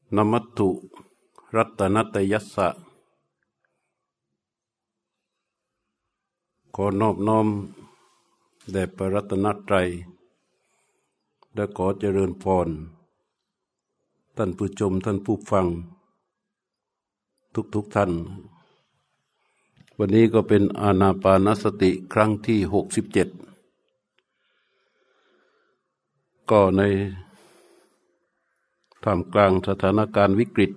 นมัตถุรัตนัตยัสสะขอนอบน้อมแด่พระรัตนตรัยและขอเจริญพรท่านผู้ชมท่านผู้ฟังทุกท่านวันนี้ก็เป็นอานาปานสติครั้งที่67ก็ในท่ามกลางสถานการณ์วิกฤต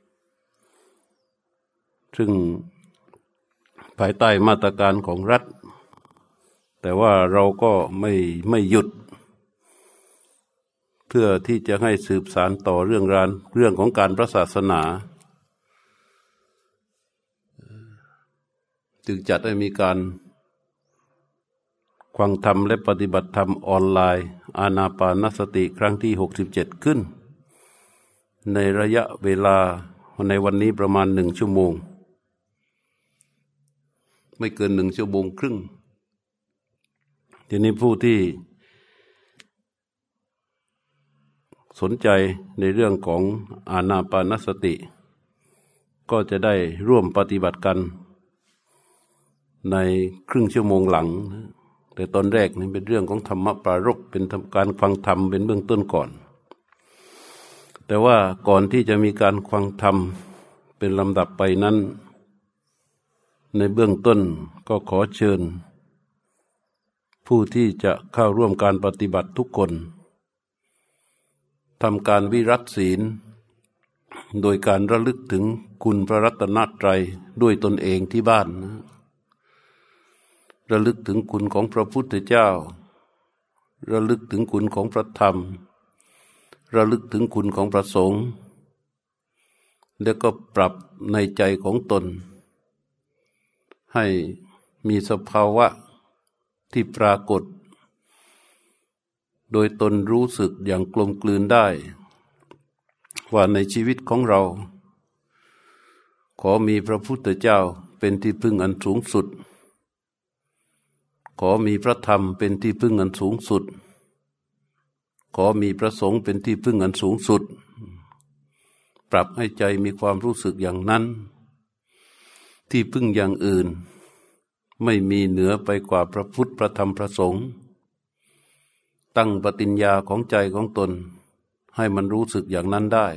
ซึ่งภายใต้มาตรการของรัฐแต่ว่าเราก็ไม่หยุดเพื่อที่จะให้สืบสานต่อเรื่องของการพระศาสนาจึงจัดให้มีการฟังธรรมและปฏิบัติธรรมออนไลน์อานาปานสติครั้งที่67ขึ้นในระยะเวลาในวันนี้ประมาณ1 ชั่วโมงไม่เกิน1 ชั่วโมงครึ่งทีนี้ผู้ที่สนใจในเรื่องของอานาปานสติก็จะได้ร่วมปฏิบัติกันในครึ่งชั่วโมงหลังแต่ตอนแรกนี่เป็นเรื่องของธรรมปรารภเป็นการฟังธรรมเป็นเบื้องต้นก่อนแต่ว่าก่อนที่จะมีการฟังธรรมเป็นลำดับไปนั้นในเบื้องต้นก็ขอเชิญผู้ที่จะเข้าร่วมการปฏิบัติทุกคนทำการวิรัติศีลโดยการระลึกถึงคุณพระรัตนตรัยด้วยตนเองที่บ้านระลึกถึงคุณของพระพุทธเจ้าระลึกถึงคุณของพระธรรมระลึกถึงคุณของพระสงฆ์แล้วก็ปรับในใจของตนให้มีสภาวะที่ปรากฏโดยตนรู้สึกอย่างกลมกลืนได้ว่าในชีวิตของเราขอมีพระพุทธเจ้าเป็นที่พึ่งอันสูงสุดขอมีพระธรรมเป็นที่พึ่งอันสูงสุดขอมีพระสงฆ์เป็นที่พึ่งอันสูงสุดปรับให้ใจมีความรู้สึกอย่างนั้นที่พึ่งอย่างอื่นไม่มีเหนือไปกว่าพระพุทธพระธรรมพระสงฆ์ตั้งปฏิญญาของใจของตนให้มันรู้สึกอย่างนั้นได้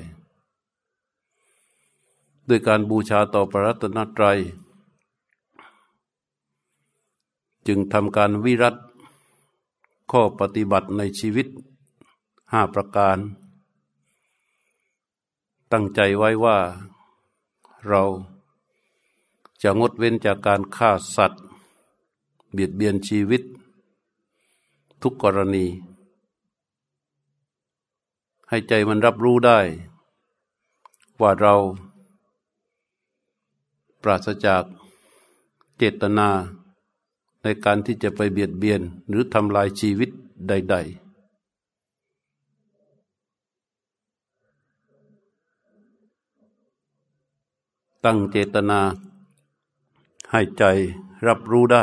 ด้วยการบูชาต่อพระรัตนตรัยจึงทำการวิรัติข้อปฏิบัติในชีวิต5 ประการตั้งใจไว้ว่าเราจะงดเว้นจากการฆ่าสัตว์เบียดเบียนชีวิตทุกกรณีให้ใจมันรับรู้ได้ว่าเราปราศจากเจตนาในการที่จะไปเบียดเบียนหรือทำลายชีวิตใดๆตั้งเจตนาให้ใจรับรู้ได้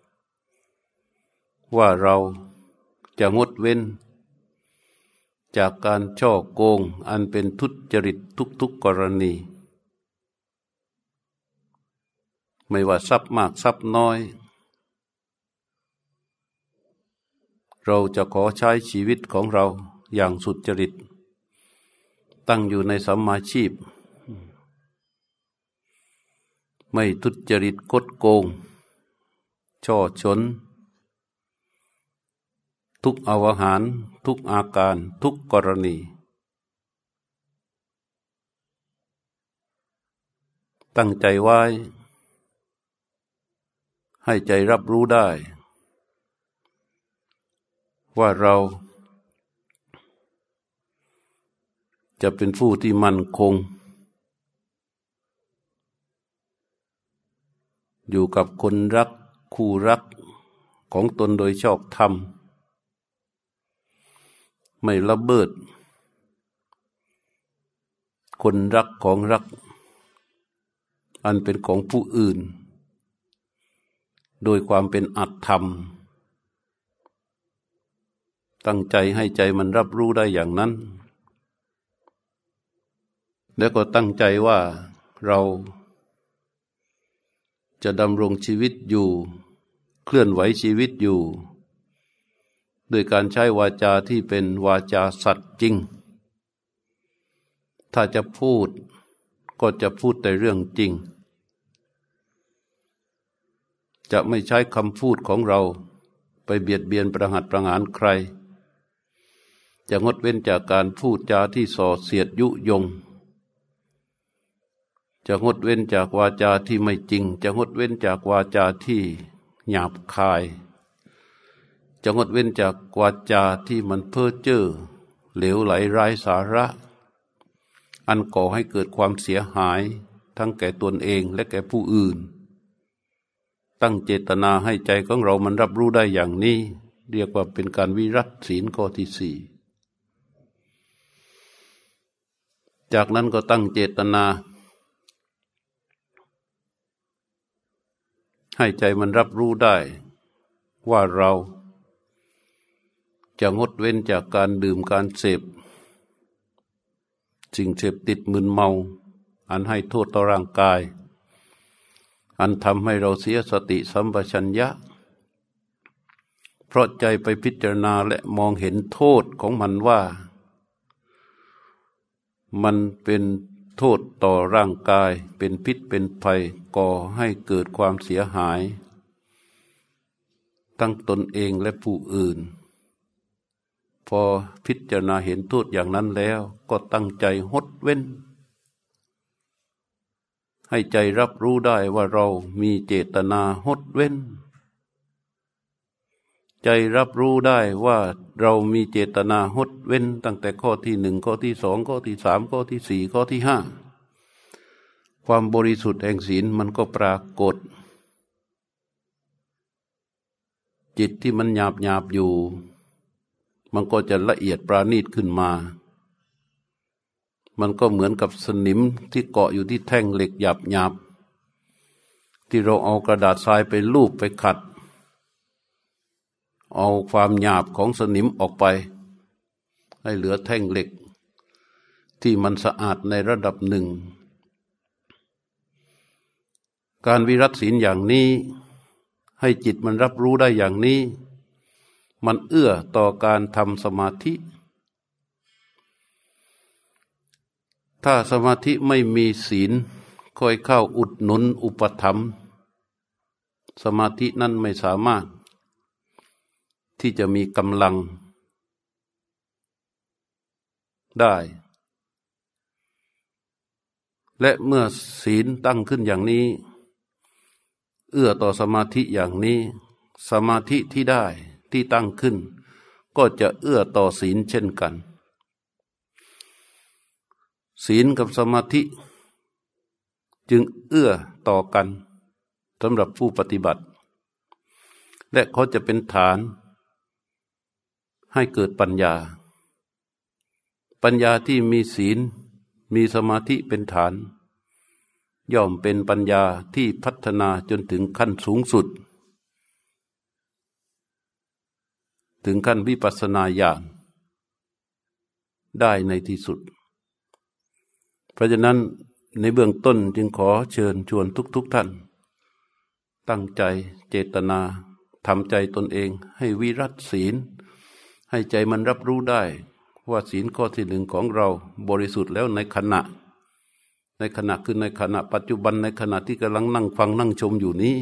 ว่าเราจะงดเว้นจากการช่อโกงอันเป็นทุจริตทุกกรณีไม่ว่าทรัพย์มากทรัพย์น้อยเราจะขอใช้ชีวิตของเราอย่างสุจริตตั้งอยู่ในสัมมาชีพไม่ทุจริตคดโกงช่อฉนทุกอวหารทุกอาการทุกกรณีตั้งใจไว้ให้ใจรับรู้ได้ว่าเราจะเป็นผู้ที่มั่นคงอยู่กับคนรักคู่รักของตนโดยชอบธรรมไม่ละเมิดคนรักของรักอันเป็นของผู้อื่นโดยความเป็นอัตธรรมตั้งใจให้ใจมันรับรู้ได้อย่างนั้นแล้วก็ตั้งใจว่าเราจะดำรงชีวิตอยู่เคลื่อนไหวชีวิตอยู่ด้วยการใช้วาจาที่เป็นวาจาสัตย์จริงถ้าจะพูดก็จะพูดแต่เรื่องจริงจะไม่ใช้คำพูดของเราไปเบียดเบียนประหัตประหารใครจะงดเว้นจากการพูดจาที่ส่อเสียดยุยงจะงดเว้นจากวาจาที่ไม่จริงจะงดเว้นจากวาจาที่หยาบคายจะงดเว้นจากวาจาที่มันเพ้อเจ้อเหลวไหลไร้สาระอันก่อให้เกิดความเสียหายทั้งแก่ตนเองและแก่ผู้อื่นตั้งเจตนาให้ใจของเรามันรับรู้ได้อย่างนี้เรียกว่าเป็นการวิรัติศีลข้อที่สี่จากนั้นก็ตั้งเจตนาให้ใจมันรับรู้ได้ว่าเราจะงดเว้นจากการดื่มการเสพสิ่งเสพติดมึนเมาอันให้โทษต่อร่างกายอันทำให้เราเสียสติสัมปชัญญะเพราะใจไปพิจารณาและมองเห็นโทษของมันว่ามันเป็นโทษต่อร่างกายเป็นพิษเป็นภัยก่อให้เกิดความเสียหายทั้งตนเองและผู้อื่นพอพิจารณาเห็นโทษอย่างนั้นแล้วก็ตั้งใจงดเว้นให้ใจรับรู้ได้ว่าเรามีเจตนางดเว้นใจรับรู้ได้ว่าเรามีเจตนางดเว้นตั้งแต่ข้อที่หนึ่งข้อที่สองข้อที่สามข้อที่สี่ข้อที่ห้าความบริสุทธิ์แห่งศีลมันก็ปรากฏจิตที่มันหยาบอยู่มันก็จะละเอียดปราณีตขึ้นมามันก็เหมือนกับสนิมที่เกาะอยู่ที่แท่งเหล็กหยาบที่เราเอากระดาษทรายไปลูบไปขัดเอาความหยาบของสนิมออกไปให้เหลือแท่งเหล็กที่มันสะอาดในระดับหนึ่งการวิรัติศีลอย่างนี้ให้จิตมันรับรู้ได้อย่างนี้มันเอื้อต่อการทำสมาธิถ้าสมาธิไม่มีศีลค่อยเข้าอุดหนุนอุปถัมภ์สมาธินั้นไม่สามารถที่จะมีกำลังได้และเมื่อศีลตั้งขึ้นอย่างนี้เอื้อต่อสมาธิอย่างนี้สมาธิที่ได้ที่ตั้งขึ้นก็จะเอื้อต่อศีลเช่นกันศีลกับสมาธิจึงเอื้อต่อกันสำหรับผู้ปฏิบัติและเขาจะเป็นฐานให้เกิดปัญญาปัญญาที่มีศีลมีสมาธิเป็นฐานย่อมเป็นปัญญาที่พัฒนาจนถึงขั้นสูงสุดถึงขั้นวิปัสสนาญาณได้ในที่สุดเพราะฉะนั้นในเบื้องต้นจึงขอเชิญชวนทุกท่านตั้งใจเจตนาทำใจตนเองให้วิรัติศีลให้ใจมันรับรู้ได้ว่าศีลข้อที่หนึ่งของเราบริสุทธิ์แล้วในขณะคือในขณะปัจจุบันในขณะที่กำลังนั่งฟังนั่งชมอยู่นี้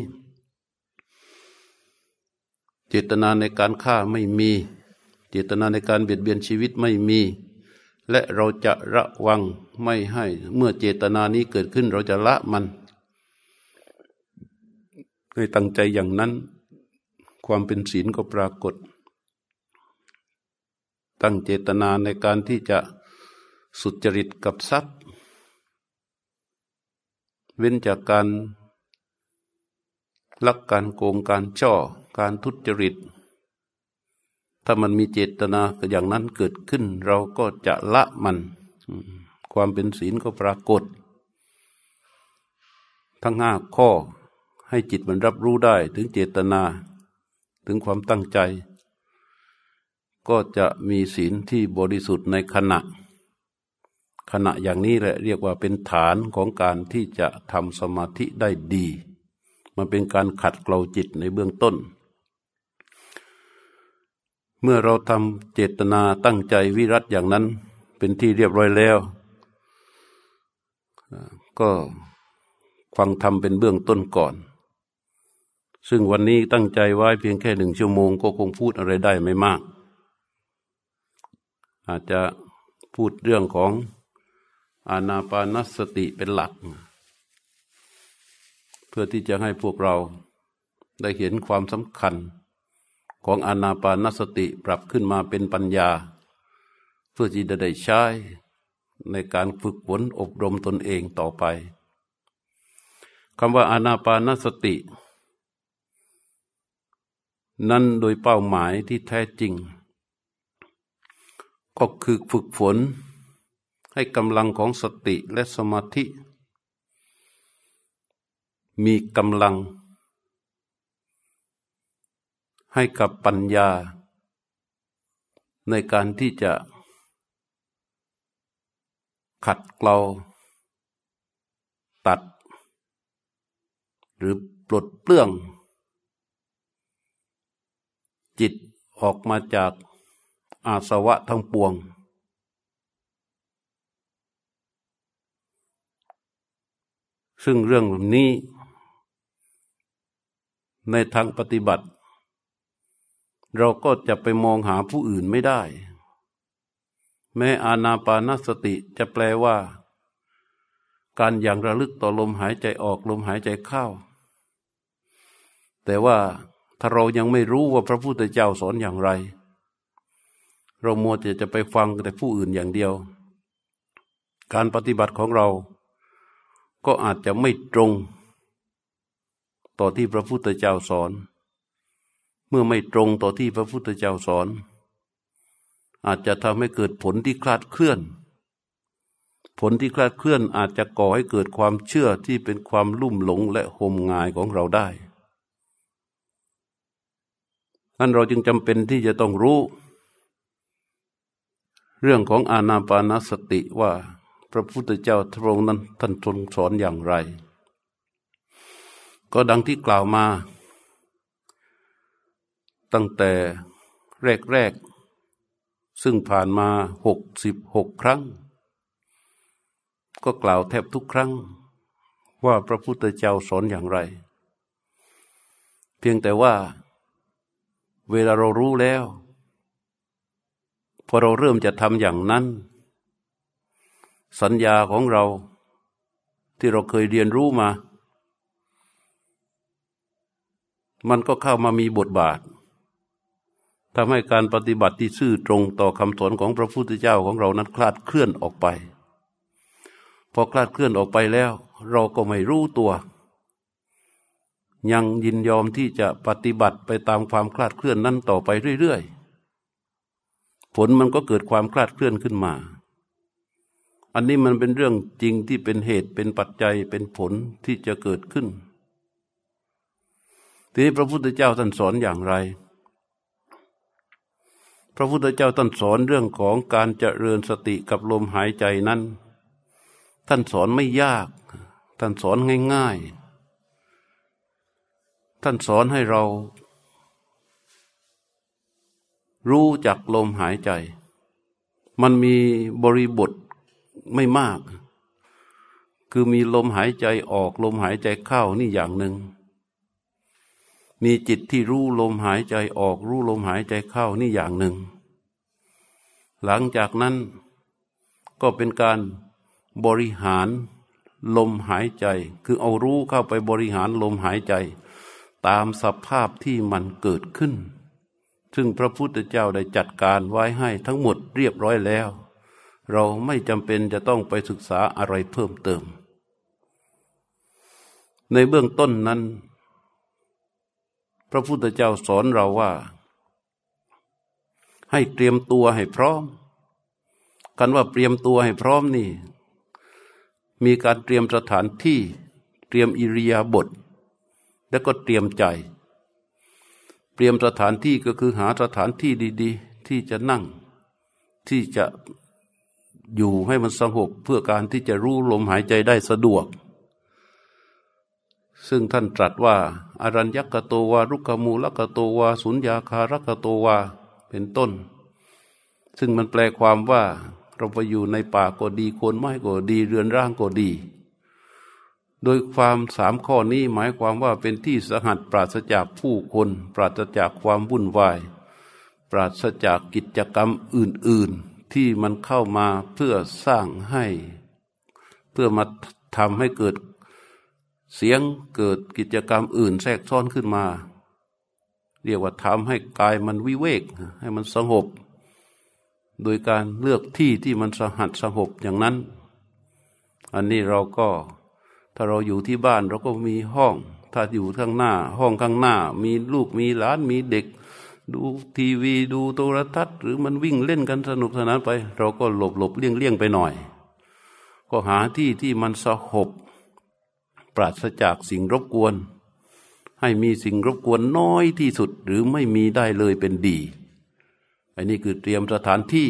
เจตนาในการฆ่าไม่มีเจตนาในการเบียดเบียนชีวิตไม่มีและเราจะระวังไม่ให้เมื่อเจตนานี้เกิดขึ้นเราจะละมันให้ตั้งใจอย่างนั้นความเป็นศีลก็ปรากฏตั้งเจตนาในการที่จะสุจริตกับทรัพย์เว้นจากการลักการโกงการช่อการทุจริตถ้ามันมีเจตนาอย่างนั้นเกิดขึ้นเราก็จะละมันความเป็นศีลก็ปรากฏทั้งห้าข้อให้จิตมันรับรู้ได้ถึงเจตนาถึงความตั้งใจก็จะมีศีลที่บริสุทธิ์ในขขณะอย่างนี้แหละเรียกว่าเป็นฐานของการที่จะทำสมาธิได้ดีมันเป็นการขัดเกลาจิตในเบื้องต้นเมื่อเราทำเจตนาตั้งใจวิรัติอย่างนั้นเป็นที่เรียบร้อยแล้วก็ฟังธรรมเป็นเบื้องต้นก่อนซึ่งวันนี้ตั้งใจไว้เพียงแค่1 ชั่วโมงก็คงพูดอะไรได้ไม่มากอาจจะพูดเรื่องของอานาปานสติเป็นหลักเพื่อที่จะให้พวกเราได้เห็นความสำคัญของอานาปานสติปรับขึ้นมาเป็นปัญญาเพื่อที่จะได้ใช้ในการฝึกฝนอบรมตนเองต่อไปคำว่าอานาปานสตินั้นโดยเป้าหมายที่แท้จริงก็คือฝึกฝนให้กำลังของสติและสมาธิมีกำลังให้กับปัญญาในการที่จะขัดเกลาตัดหรือปลดเปลื้องจิตออกมาจากอาสวะทั้งปวงซึ่งเรื่องนี้ในทางปฏิบัติเราก็จะไปมองหาผู้อื่นไม่ได้แม้อานาปานสติจะแปลว่าการอย่างระลึกต่อลมหายใจออกลมหายใจเข้าแต่ว่าถ้าเรายังไม่รู้ว่าพระพุทธเจ้าสอนอย่างไรเรามัวแต่จะไปฟังแต่ผู้อื่นอย่างเดียวการปฏิบัติของเราก็อาจจะไม่ตรงต่อที่พระพุทธเจ้าสอนเมื่อไม่ตรงต่อที่พระพุทธเจ้าสอนอาจจะทำให้เกิดผลที่คลาดเคลื่อนผลที่คลาดเคลื่อนอาจจะก่อให้เกิดความเชื่อที่เป็นความลุ่มหลงและงมงายของเราได้นั่นเราจึงจำเป็นที่จะต้องรู้เรื่องของอานาปานสติว่าพระพุทธเจ้าพระองค์นั้นท่านทรงสอนอย่างไรก็ดังที่กล่าวมาตั้งแต่แรกซึ่งผ่านมา66 ครั้งก็กล่าวแทบทุกครั้งว่าพระพุทธเจ้าสอนอย่างไรเพียงแต่ว่าเวลาเรารู้แล้วพอเราเริ่มจะทำอย่างนั้นสัญญาของเราที่เราเคยเรียนรู้มามันก็เข้ามามีบทบาททำให้การปฏิบัติที่ซื่อตรงต่อคำสอนของพระพุทธเจ้าของเรานั้นคลาดเคลื่อนออกไปพอคลาดเคลื่อนออกไปแล้วเราก็ไม่รู้ตัวยังยินยอมที่จะปฏิบัติไปตามความคลาดเคลื่อนนั้นต่อไปเรื่อยๆผลมันก็เกิดความคลาดเคลื่อนขึ้นมาอันนี้มันเป็นเรื่องจริงที่เป็นเหตุเป็นปัจจัยเป็นผลที่จะเกิดขึ้นทีนี้พระพุทธเจ้าท่านสอนอย่างไรพระพุทธเจ้าท่านสอนเรื่องของการเจริญสติกับลมหายใจนั้นท่านสอนไม่ยากท่านสอนง่ายๆท่านสอนให้เรารู้จักลมหายใจมันมีบริบทไม่มากคือมีลมหายใจออกลมหายใจเข้านี่อย่างหนึ่งมีจิตที่รู้ลมหายใจออกรู้ลมหายใจเข้านี่อย่างหนึ่งหลังจากนั้นก็เป็นการบริหารลมหายใจคือเอารู้เข้าไปบริหารลมหายใจตามสภาพที่มันเกิดขึ้นซึ่งพระพุทธเจ้าได้จัดการไว้ให้ทั้งหมดเรียบร้อยแล้วเราไม่จำเป็นจะต้องไปศึกษาอะไรเพิ่มเติมในเบื้องต้นนั้นพระพุทธเจ้าสอนเราว่าให้เตรียมตัวให้พร้อมกันว่าเตรียมตัวให้พร้อมนี่มีการเตรียมสถานที่เตรียมอิริยาบถแล้วก็เตรียมใจเตรียมสถานที่ก็คือหาสถานที่ดีๆที่จะนั่งที่จะอยู่ให้มันสงบเพื่อการที่จะรู้ลมหายใจได้สะดวกซึ่งท่านตรัสว่าอรัญญกโตวารุกขมูลกโตวาสุญญาคารกโตวาเป็นต้นซึ่งมันแปลความว่าเราไปอยู่ในป่าก็ดีโคนไม้ก็ดีเรือนร่างก็ดีโดยความ3 ข้อนี้หมายความว่าเป็นที่สงัดปราศจากผู้คนปราศจากความวุ่นวายปราศจากกิจกรรมอื่นๆที่มันเข้ามาเพื่อสร้างให้เพื่อมาทำให้เกิดเสียงเกิดกิจกรรมอื่นแทรกซ้อนขึ้นมาเรียกว่าทำให้กายมันวิเวกให้มันสงบโดยการเลือกที่ที่มันสงัดสงบอย่างนั้นอันนี้เราก็ถ้าเราอยู่ที่บ้านเราก็มีห้องถ้าอยู่ข้างหน้าห้องข้างหน้ามีลูกมีหลานมีเด็กดูทีวีดูโทรทัศน์หรือมันวิ่งเล่นกันสนุกสนานไปเราก็หลบเลี่ยงไปหน่อยก็หาที่ที่มันสงบปราศจากสิ่งรบกวนให้มีสิ่งรบกวนน้อยที่สุดหรือไม่มีได้เลยเป็นดีอันนี้คือเตรียมสถานที่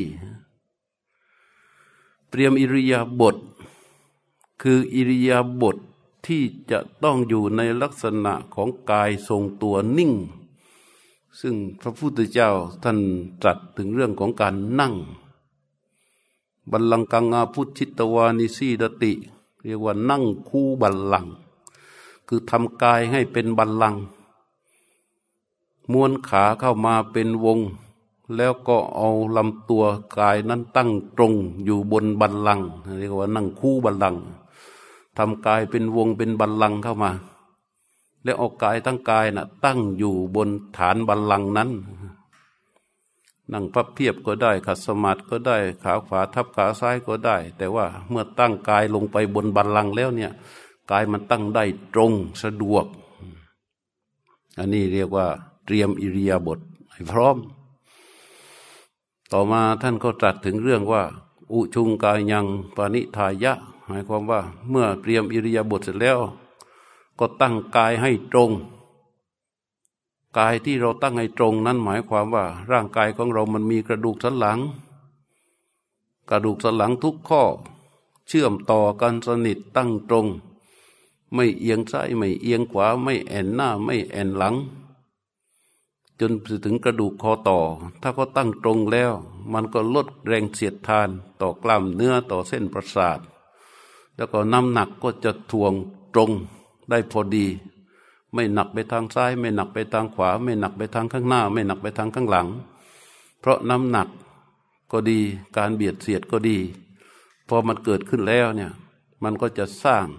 เตรียมอิริยาบถคืออิริยาบถที่จะต้องอยู่ในลักษณะของกายทรงตัวนิ่งซึ่งพระพุทธเจ้าท่านตรัสถึงเรื่องของการนั่งบัลลังกังอาพุทธิตวานิสีดติเรียกว่านั่งคู่บัลลังก์คือทำกายให้เป็นบัลลังก์ม้วนขาเข้ามาเป็นวงแล้วก็เอาลำตัวกายนั้นตั้งตรงอยู่บนบัลลังก์เรียกว่านั่งคู่บัลลังก์ทำกายเป็นวงเป็นบัลลังก์เข้ามาแล้วเอากายทั้งกายน่ะตั้งอยู่บนฐานบัลลังก์นั้นนั่งพับเพียบก็ได้ขัดสมาธิก็ได้ขาขวาทับขาซ้ายก็ได้แต่ว่าเมื่อตั้งกายลงไปบนบัลลังก์แล้วเนี่ยกายมันตั้งได้ตรงสะดวกอันนี้เรียกว่าเตรียมอิริยาบถให้พร้อมต่อมาท่านก็ตรัสถึงเรื่องว่าอุชุงกายยังปานิทายะหมายความว่าเมื่อเตรียมอิริยาบถเสร็จแล้วก็ตั้งกายให้ตรงกายที่เราตั้งให้ตรงนั้นหมายความว่าร่างกายของเรามันมีกระดูกสันหลังกระดูกสันหลังทุกข้อเชื่อมต่อกันสนิทตั้งตรงไม่เอียงซ้ายไม่เอียงขวาไม่แอนหน้าไม่แอนหลังจนถึงกระดูกคอต่อถ้าเขาตั้งตรงแล้วมันก็ลดแรงเสียดทานต่อกล้ามเนื้อต่อเส้นประสาทแล้วก็น้ำหนักก็จะถ่วงตรงได้พอดีไม่หนักไปทางซ้ายไม่หนักไปทางขวาไม่หนักไปทางข้างหน้าไม่หนักไปทางข้างหลังเพราะน้ำหนักก็ดีการเบียดเสียดก็ดีพอมันเกิดขึ้นแล้วเนี่ยมันก็จะสร้าง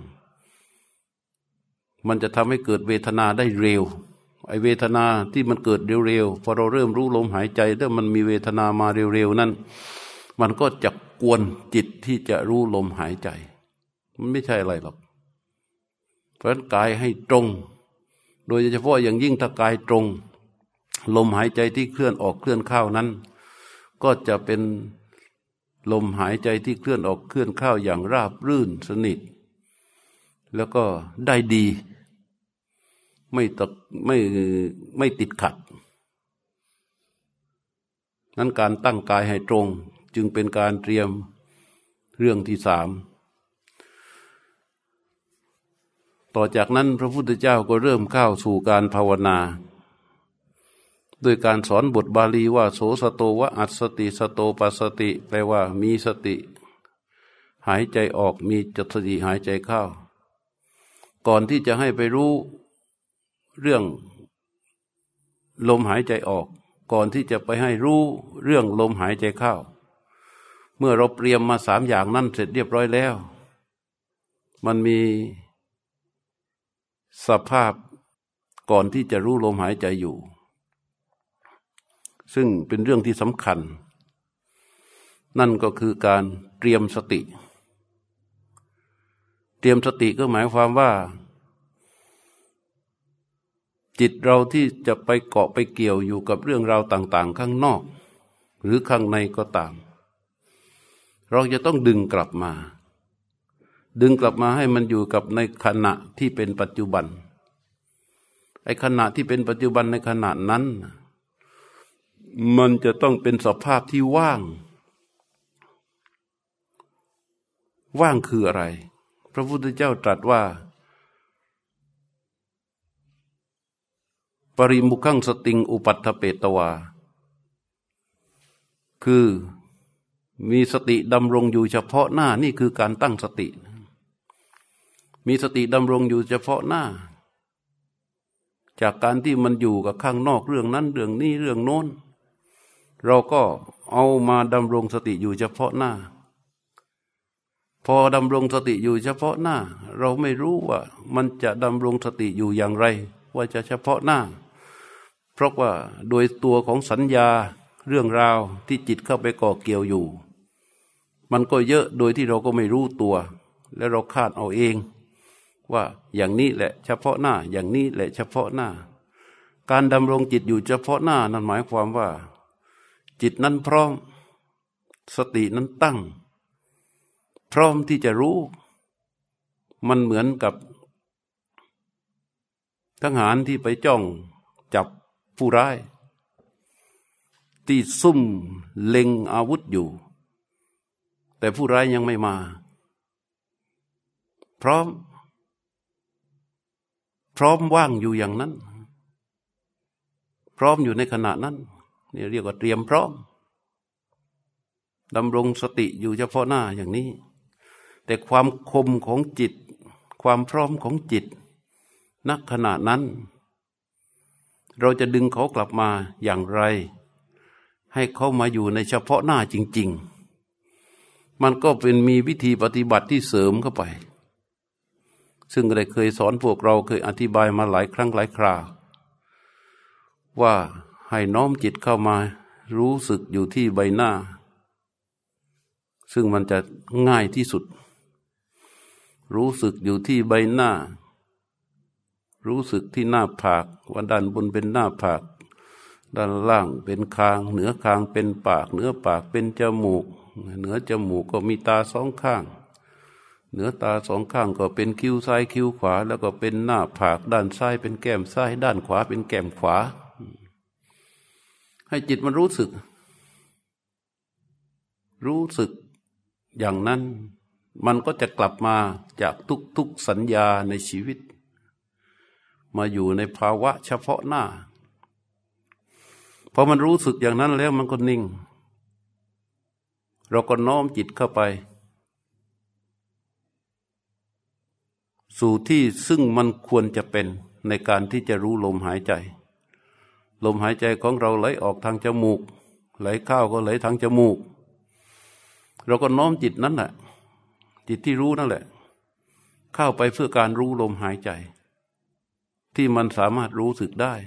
มันจะทำให้เกิดเวทนาได้เร็วไอเวทนาที่มันเกิดเร็วๆพอเราเริ่มรู้ลมหายใจแล้วมันมีเวทนามาเร็วๆนั้นมันก็จะกวนจิตที่จะรู้ลมหายใจมันไม่ใช่อะไรหรอกเพราะฉะนั้นกายให้ตรงโดยเฉพาะอย่างยิ่งถ้ากายตรงลมหายใจที่เคลื่อนออกเคลื่อนเข้านั้นก็จะเป็นลมหายใจที่เคลื่อนออกเคลื่อนเข้าอย่างราบรื่นสนิทแล้วก็ได้ดีไม่ติดขัดนั้นการตั้งกายให้ตรงจึงเป็นการเตรียมเรื่องที่ 3ต่อจากนั้นพระพุทธเจ้าก็เริ่มเข้าสู่การภาวนาโดยการสอนบทบาลีว่าโสสโตวะอัสสติสโตปัสสติแปลว่ามีสติหายใจออกมีสติหายใจเข้าก่อนที่จะให้ไปรู้เรื่องลมหายใจออกก่อนที่จะไปให้รู้เรื่องลมหายใจเข้าเมื่อเราเตรียมมา3อย่างนั้นเสร็จเรียบร้อยแล้วมันมีสภาพก่อนที่จะรู้ลมหายใจอยู่ซึ่งเป็นเรื่องที่สำคัญนั่นก็คือการเตรียมสติเตรียมสติก็หมายความว่าจิตเราที่จะไปเกาะไปเกี่ยวอยู่กับเรื่องราวต่างๆข้างนอกหรือข้างในก็ตามเราจะต้องดึงกลับมาให้มันอยู่กับในขณะที่เป็นปัจจุบันไอ้ขณะที่เป็นปัจจุบันในขณะนั้นมันจะต้องเป็นสภาพที่ว่างว่างคืออะไรพระพุทธเจ้าตรัสว่าปริมุขังสติงอุปัฏฐเปตวาคือมีสติดำรงอยู่เฉพาะหน้านี่คือการตั้งสติมีสติดำรงอยู่เฉพาะหน้าจากการที่มันอยู่กับข้างนอกเรื่องนั้นเรื่องนี้เรื่องโน้นเราก็เอามาดำรงสติอยู่เฉพาะหน้าพอดำรงสติอยู่เฉพาะหน้าเราไม่รู้ว่ามันจะดำรงสติอยู่อย่างไรว่าจะเฉพาะหน้าเพราะว่าโดยตัวของสัญญาเรื่องราวที่จิตเข้าไปก่อเกี่ยวอยู่มันก็เยอะโดยที่เราก็ไม่รู้ตัวและเราคาดเอาเองว่าอย่างนี้แหละเฉพาะหน้าอย่างนี้แหละเฉพาะหน้าการดำรงจิตอยู่เฉพาะหน้านั้นหมายความว่าจิตนั้นพร้อมสตินั้นตั้งพร้อมที่จะรู้มันเหมือนกับทหารที่ไปจ้องจับผู้ร้ายที่ซุ่มเล็งอาวุธอยู่แต่ผู้ร้ายยังไม่มาพร้อมว่างอยู่อย่างนั้นพร้อมอยู่ในขณะนั้นนี่เรียกว่าเตรียมพร้อมดำรงสติอยู่เฉพาะหน้าอย่างนี้แต่ความคมของจิตความพร้อมของจิตณขณะนั้นเราจะดึงเขากลับมาอย่างไรให้เขามาอยู่ในเฉพาะหน้าจริงๆมันก็เป็นมีวิธีปฏิบัติที่เสริมเข้าไปซึ่งได้เคยสอนพวกเราเคยอธิบายมาหลายครั้งหลายคราว่าให้น้อมจิตเข้ามารู้สึกอยู่ที่ใบหน้าซึ่งมันจะง่ายที่สุดรู้สึกอยู่ที่ใบหน้ารู้สึกที่หน้าผากว่าด้านบนเป็นหน้าผากด้านล่างเป็นคางเหนือคางเป็นปากเหนือปากเป็นจมูกเหนือจมูกก็มีตาสองข้างเหนือตาสองข้างก็เป็นคิ้วซ้ายคิ้วขวาแล้วก็เป็นหน้าผากด้านซ้ายเป็นแก้มซ้ายด้านขวาเป็นแก้มขวาให้จิตมันรู้สึกอย่างนั้นมันก็จะกลับมาจากทุกสัญญาในชีวิตมาอยู่ในภาวะเฉพาะหน้าพอมันรู้สึกอย่างนั้นแล้วมันก็นิ่งเราก็น้อมจิตเข้าไปสู่ที่ซึ่งมันควรจะเป็นในการที่จะรู้ลมหายใจลมหายใจของเราไหลออกทางจมูกไหลเข้าก็ไหลทางจมูกเราก็น้อมจิตนั้นแหละจิตที่รู้นั่นแหละเข้าไปเพื่อการรู้ลมหายใจที่มันสามารถรู้สึกได้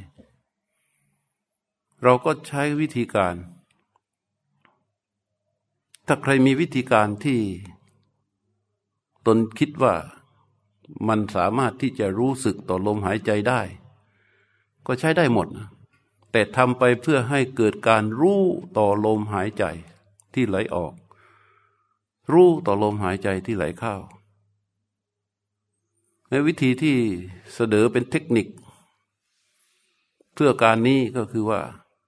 เราก็ใช้วิธีการถ้าใครมีวิธีการที่ตนคิดว่ามันสามารถที่จะรู้สึกต่อลมหายใจได้ก็ใช้ได้หมดนะแต่ทำไปเพื่อให้เกิดการรู้ต่อลมหายใจที่ไหลออกรู้ต่อลมหายใจที่ไหลเข้าในวิธีที่เสนอเป็นเทคนิคเพื่อการนี้ก็คือว่า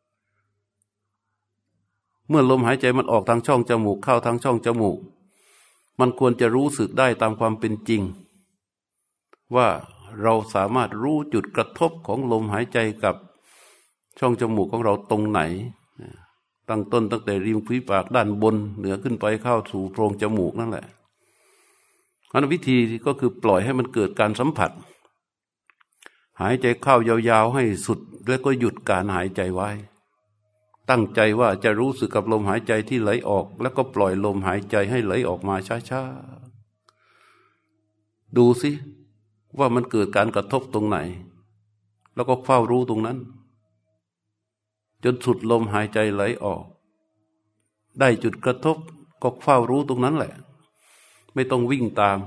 เมื่อลมหายใจมันออกทางช่องจมูกเข้าทางช่องจมูกมันควรจะรู้สึกได้ตามความเป็นจริงว่าเราสามารถรู้จุดกระทบของลมหายใจกับช่องจมูกของเราตรงไหนตั้งต้นตั้งแต่ริมฝีปากด้านบนเหนือขึ้นไปเข้าสู่โพรงจมูกนั่นแหละอันวิธีก็คือปล่อยให้มันเกิดการสัมผัสหายใจเข้ายาวๆให้สุดแล้วก็หยุดการหายใจไว้ตั้งใจว่าจะรู้สึกกับลมหายใจที่ไหลออกแล้วก็ปล่อยลมหายใจให้ไหลออกมาช้าๆดูสิว่ามันเกิดการกระทบตรงไหนแล้วก็เฝ้ารู้ตรงนั้นจนสุดลมหายใจไหลออกได้จุดกระทบก็เฝ้ารู้ตรงนั้นแหละไม่ต้องวิ่งตาม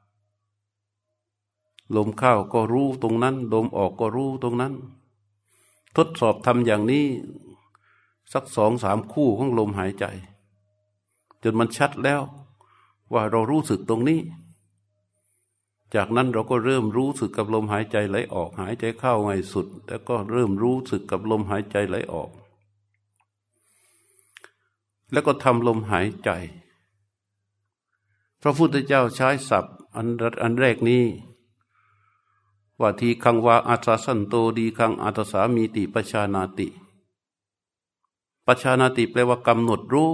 ลมเข้าก็รู้ตรงนั้นลมออกก็รู้ตรงนั้นทดสอบทำอย่างนี้สัก2-3คู่ของลมหายใจจนมันชัดแล้วว่าเรารู้สึกตรงนี้จากนั้นเราก็เริ่มรู้สึกกับลมหายใจไหลออกหายใจเข้าให้สุดแล้วก็เริ่มรู้สึกกับลมหายใจไหลออกแล้วก็ทำลมหายใจพระพุทธเจ้าใช้ศัพท์อันแรกนี้ว่าทีคังวาอัสสสันโตดีคังอัตสามีติปชานาติปชานาติแปลว่ากำหนดรู้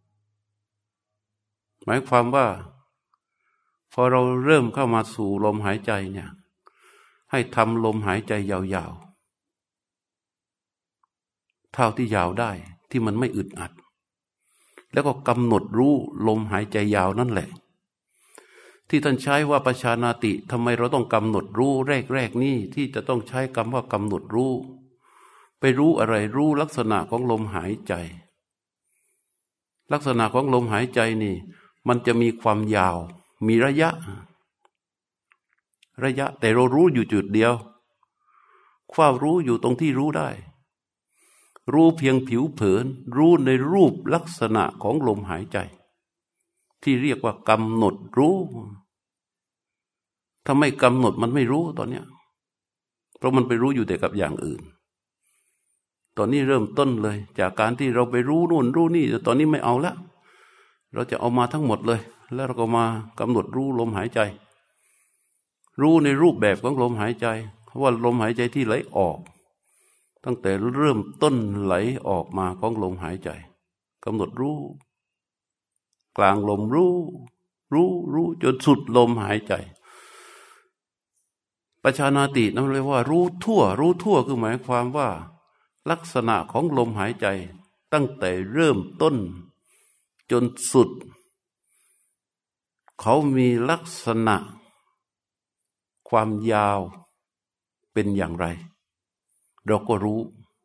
หมายความว่าพอเราเริ่มเข้ามาสู่ลมหายใจเนี่ยให้ทำลมหายใจยาวๆเท่าที่ยาวได้ที่มันไม่อึดอัดแล้วก็กำหนดรู้ลมหายใจยาวนั่นแหละที่ท่านใช้ว่าปชานาติทำไมเราต้องกำหนดรู้แรกนี่ที่จะต้องใช้คำว่ากำหนดรู้ไปรู้อะไรรู้ลักษณะของลมหายใจลักษณะของลมหายใจนี่มันจะมีความยาวมีระยะแต่เรารู้อยู่จุดเดียวความรู้อยู่ตรงที่รู้ได้รู้เพียงผิวเผินรู้ในรูปลักษณะของลมหายใจที่เรียกว่ากำหนดรู้ถ้าไม่กำหนดมันไม่รู้ตอนเนี้ยเพราะมันไปรู้อยู่แต่กับอย่างอื่นตอนนี้เริ่มต้นเลยจากการที่เราไปรู้นู่นรู้นี่ตอนนี้ไม่เอาละเราจะเอามาทั้งหมดเลยแล้วเราก็มากำหนดรู้ลมหายใจรู้ในรูปแบบของลมหายใจว่าลมหายใจที่ไหลออกตั้งแต่เริ่มต้นไหลออกมาของลมหายใจกำหนดรู้กลางลมรู้จนสุดลมหายใจปชานาตินั่นเรียกว่ารู้ทั่วคือหมายความว่าลักษณะของลมหายใจตั้งแต่เริ่มต้นจนสุดเขามีลักษณะความยาวเป็นอย่างไรเราก็รู้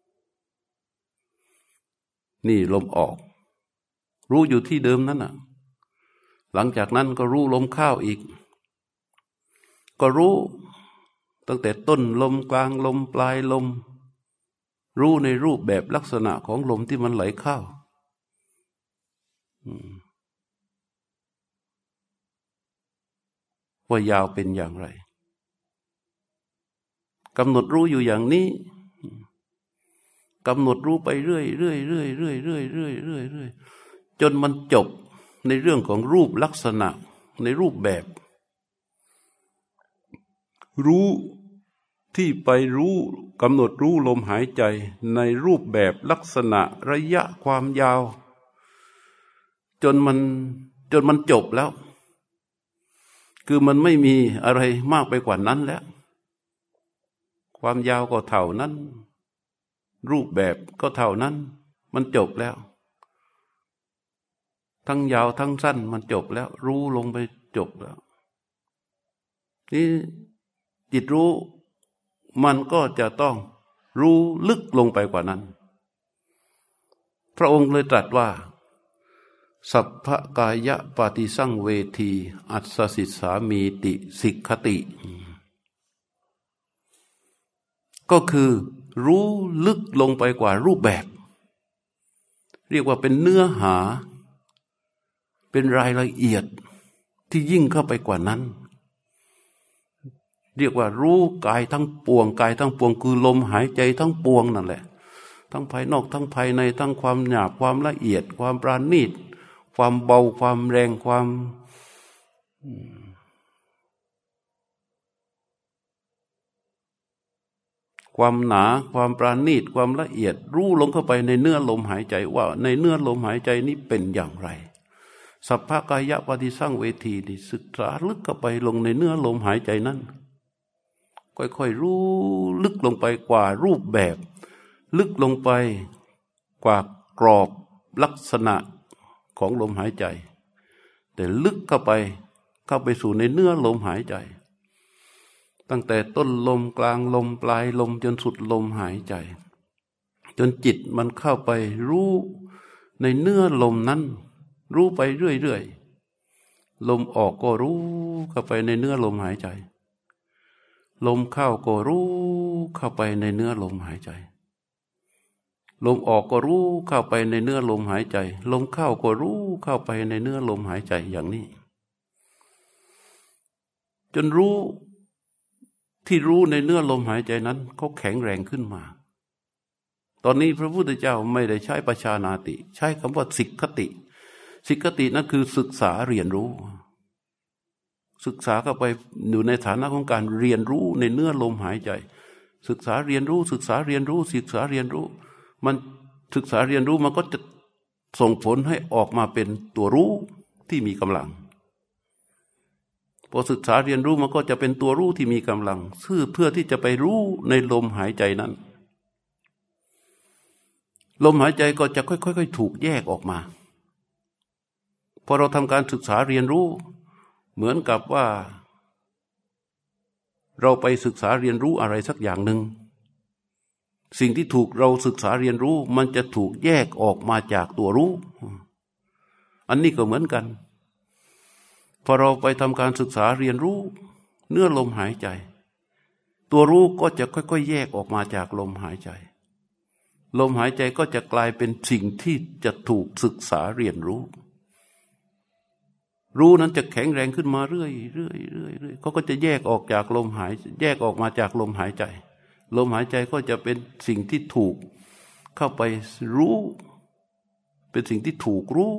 นี่ลมออกรู้อยู่ที่เดิมนั่นน่ะหลังจากนั้นก็รู้ลมเข้าอีกก็รู้ตั้งแต่ต้นลมกลางลมปลายลมรู้ในรูปแบบลักษณะของลมที่มันไหลเข้าว่ายาวเป็นอย่างไรกำหนดรู้อยู่อย่างนี้กำหนดรู้ไปเรื่อยจนมันจบในเรื่องของรูปลักษณะในรูปแบบรู้ที่ไปรู้กำหนดรู้ลมหายใจในรูปแบบลักษณะระยะความยาวจนมันจบแล้วคือมันไม่มีอะไรมากไปกว่านั้นแล้วความยาวก็เท่านั้นรูปแบบก็เท่านั้นมันจบแล้วทั้งยาวทั้งสั้นมันจบแล้วรู้ลงไปจบแล้วนี่จิตรู้มันก็จะต้องรู้ลึกลงไปกว่านั้นพระองค์เลยตรัสว่าสัพพกายะปฏิสังเวทีอัสสสิสามีติสิกขติก็คือรู้ลึกลงไปกว่ารูปแบบเรียกว่าเป็นเนื้อหาเป็นรายละเอียดที่ยิ่งเข้าไปกว่านั้นเรียกว่ารู้กายทั้งปวงกายทั้งปวงคือลมหายใจทั้งปวงนั่นแหละทั้งภายนอกทั้งภายในทั้งความหยาบความละเอียดความปราณีตความเบาความแรงความหนาความปราณีตความละเอียดรู้ลงเข้าไปในเนื้อลมหายใจว่าในเนื้อลมหายใจนี้เป็นอย่างไรสัพพกายะปฏิสังเวทีนี่ศึกษาลึกเข้าไปลงในเนื้อลมหายใจนั้นค่อยๆรู้ลึกลงไปกว่ารูปแบบลึกลงไปกว่ากรอบลักษณะของลมหายใจแต่ลึกเข้าไปสู่ในเนื้อลมหายใจตั้งแต่ต้นลมกลางลมปลายลมจนสุดลมหายใจจนจิตมันเข้าไปรู้ในเนื้อลมนั้นรู้ไปเรื่อยๆลมออกก็รู้เข้าไปในเนื้อลมหายใจลมเข้าก็รู้เข้าไปในเนื้อลมหายใจลมออกก็รู้เข้าไปในเนื้อลมหายใจลมเข้าก็รู้เข้าไปในเนื้อลมหายใจอย่างนี้จนรู้ที่รู้ในเนื้อลมหายใจนั้นเขาแข็งแรงขึ้นมาตอนนี้พระพุทธเจ้าไม่ได้ใช้ปชานาติใช้คำว่าสิกขติสิกขตินั่นคือศึกษาเรียนรู้ศึกษาเข้าไปอยู่ในฐานะของการเรียนรู้ในเนื้อลมหายใจศึกษาเรียนรู้ศึกษาเรียนรู้ศึกษาเรียนรู้มันศึกษาเรียนรู้มันก็จะส่งผลให้ออกมาเป็นตัวรู้ที่มีกำลังพอศึกษาเรียนรู้มันก็จะเป็นตัวรู้ที่มีกำลังเพื่อที่จะไปรู้ในลมหายใจนั้นลมหายใจก็จะค่อยๆถูกแยกออกมาพอเราทำการศึกษาเรียนรู้เหมือนกับว่าเราไปศึกษาเรียนรู้อะไรสักอย่างหนึ่งสิ่งที่ถูกเราศึกษาเรียนรู้มันจะถูกแยกออกมาจากตัวรู้อันนี้ก็เหมือนกันพอเราไปทำการศึกษาเรียนรู้เนื้อลมหายใจตัวรู้ก็จะค่อยๆแยกออกมาจากลมหายใจลมหายใจก็จะกลายเป็นสิ่งที่จะถูกศึกษาเรียนรู้รู้นั้นจะแข็งแรงขึ้นมาเรื่อยเขาก็จะแยกออกจากลมหายแยกออกมาจากลมหายใจลมหายใจก็จะเป็นสิ่งที่ถูกเข้าไปรู้เป็นสิ่งที่ถูกรู้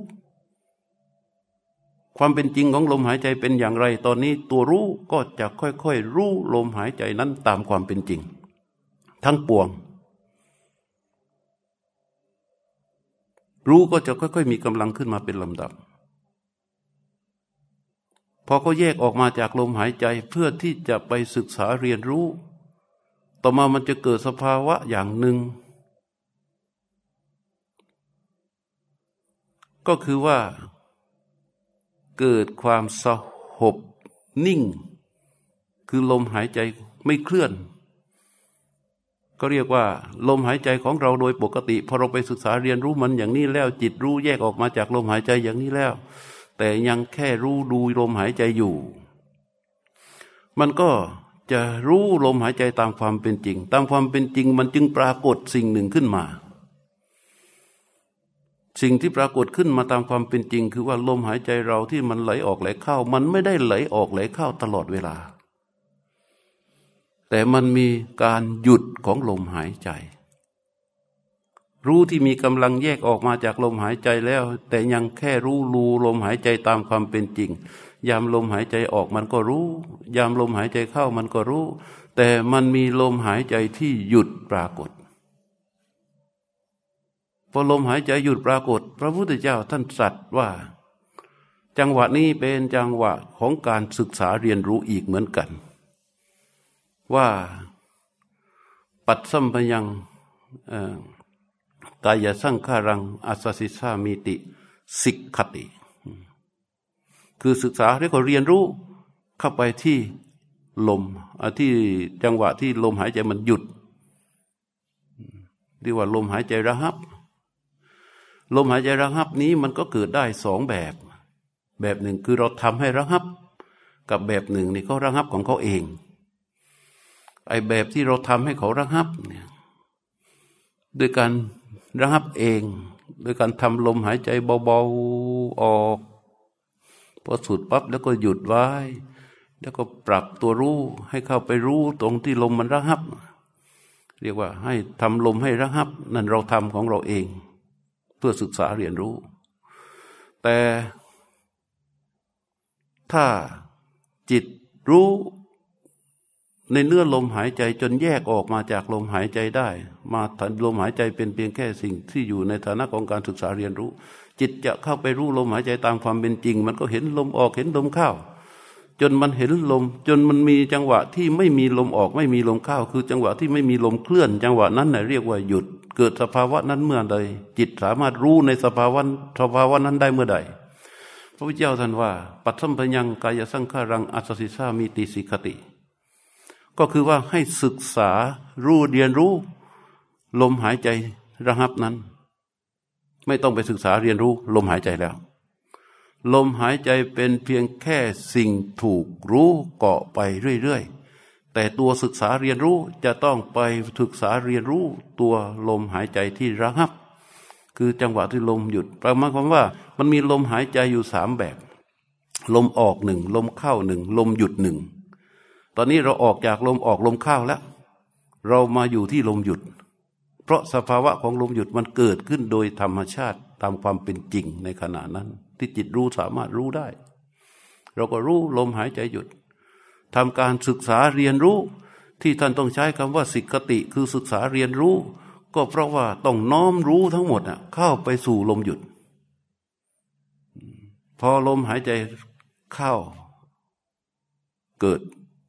ความเป็นจริงของลมหายใจเป็นอย่างไรตอนนี้ตัวรู้ก็จะค่อยๆรู้ลมหายใจนั้นตามความเป็นจริงทั้งปวงรู้ก็จะค่อยๆมีกำลังขึ้นมาเป็นลำดับพอเขาแยกออกมาจากลมหายใจเพื่อที่จะไปศึกษาเรียนรู้ต่อมามันจะเกิดสภาวะอย่างหนึ่งก็คือว่าเกิดความสงบนิ่งคือลมหายใจไม่เคลื่อนก็เรียกว่าลมหายใจของเราโดยปกติพอเราไปศึกษาเรียนรู้มันอย่างนี้แล้วจิตรู้แยกออกมาจากลมหายใจอย่างนี้แล้วแต่ยังแค่รู้ดูลมหายใจอยู่มันก็จะรู้ลมหายใจตามความเป็นจริงตามความเป็นจริงมันจึงปรากฏสิ่งหนึ่งขึ้นมาสิ่งที่ปรากฏขึ้นมาตามความเป็นจริงคือว่าลมหายใจเราที่มันไหลออกไหลเข้ามันไม่ได้ไหลออกไหลเข้าตลอดเวลาแต่มันมีการหยุดของลมหายใจรู้ที่มีกำลังแยกออกมาจากลมหายใจแล้วแต่ยังแค่รู้ลมหายใจตามความเป็นจริงยามลมหายใจออกมันก็รู้ยามลมหายใจเข้ามันก็รู้แต่มันมีลมหายใจที่หยุดปรากฏพอลมหายใจหยุดปรากฏพระพุทธเจ้าท่านตรัสว่าจังหวะนี้เป็นจังหวะของการศึกษาเรียนรู้อีกเหมือนกันว่าปัจสัมปยังกายสังขารังอัสสสิสามิติสิกขติคือศึกษาแล้วก็เรียนรู้เข้าไปที่ลมที่จังหวะที่ลมหายใจมันหยุดเรียกว่าลมหายใจระงับลมหายใจระงับนี้มันก็เกิดได้สองแบบหนึ่งคือเราทำให้ระงับกับแบบหนึ่งนี่เขาระงับของเขาเองไอ้แบบที่เราทำให้เขาระงับเนี่ยด้วยการระงับเองโดยการทำลมหายใจเบาๆออกพอสุดปั๊บแล้วก็หยุดไว้แล้วก็ปรับตัวรู้ให้เข้าไปรู้ตรงที่ลมมันระงับเรียกว่าให้ทำลมให้ระงับนั่นเราทำของเราเองเพื่อศึกษาเรียนรู้แต่ถ้าจิตรู้ในเนื้อลมหายใจจนแยกออกมาจากลมหายใจได้มาลมหายใจเป็นเพียงแค่สิ่งที่อยู่ในฐานะของการศึกษาเรียนรู้จิตจะเข้าไปรู้ลมหายใจตามความเป็นจริงมันก็เห็นลมออกเห็นลมเข้าจนมันเห็นลมจนมันมีจังหวะที่ไม่มีลมออกไม่มีลมเข้าคือจังหวะที่ไม่มีลมเคลื่อนจังหวะนั้นน่ะเรียกว่าหยุดเกิดสภาวะนั้นเมื่อใดจิตสามารถรู้ในสภาวะนั้นได้เมื่อใดพระพุทธเจ้าท่านว่าปัจสัมปยังกายสังขารังอัสสสิสามิติสิกขติก็คือว่าให้ศึกษารู้เรียนรู้ลมหายใจระงับนั้นไม่ต้องไปศึกษาเรียนรู้ลมหายใจแล้วลมหายใจเป็นเพียงแค่สิ่งถูกรู้เกาะไปเรื่อยๆแต่ตัวศึกษาเรียนรู้จะต้องไปศึกษาเรียนรู้ตัวลมหายใจที่ระงับคือจังหวะที่ลมหยุดประมาณความว่ามันมีลมหายใจอยู่สามแบบลมออกหนึ่งลมเข้าหนึ่งลมหยุดหนึ่งตอนนี้เราออกจากลมออกลมเข้าแล้วเรามาอยู่ที่ลมหยุดเพราะสภาวะของลมหยุดมันเกิดขึ้นโดยธรรมชาติตามความเป็นจริงในขณะนั้นที่จิตรู้สามารถรู้ได้เราก็รู้ลมหายใจหยุดทำการศึกษาเรียนรู้ที่ท่านต้องใช้คำว่าสิกขติคือศึกษาเรียนรู้ก็เพราะว่าต้องน้อมรู้ทั้งหมดเข้าไปสู่ลมหยุดพอลมหายใจเข้าเกิด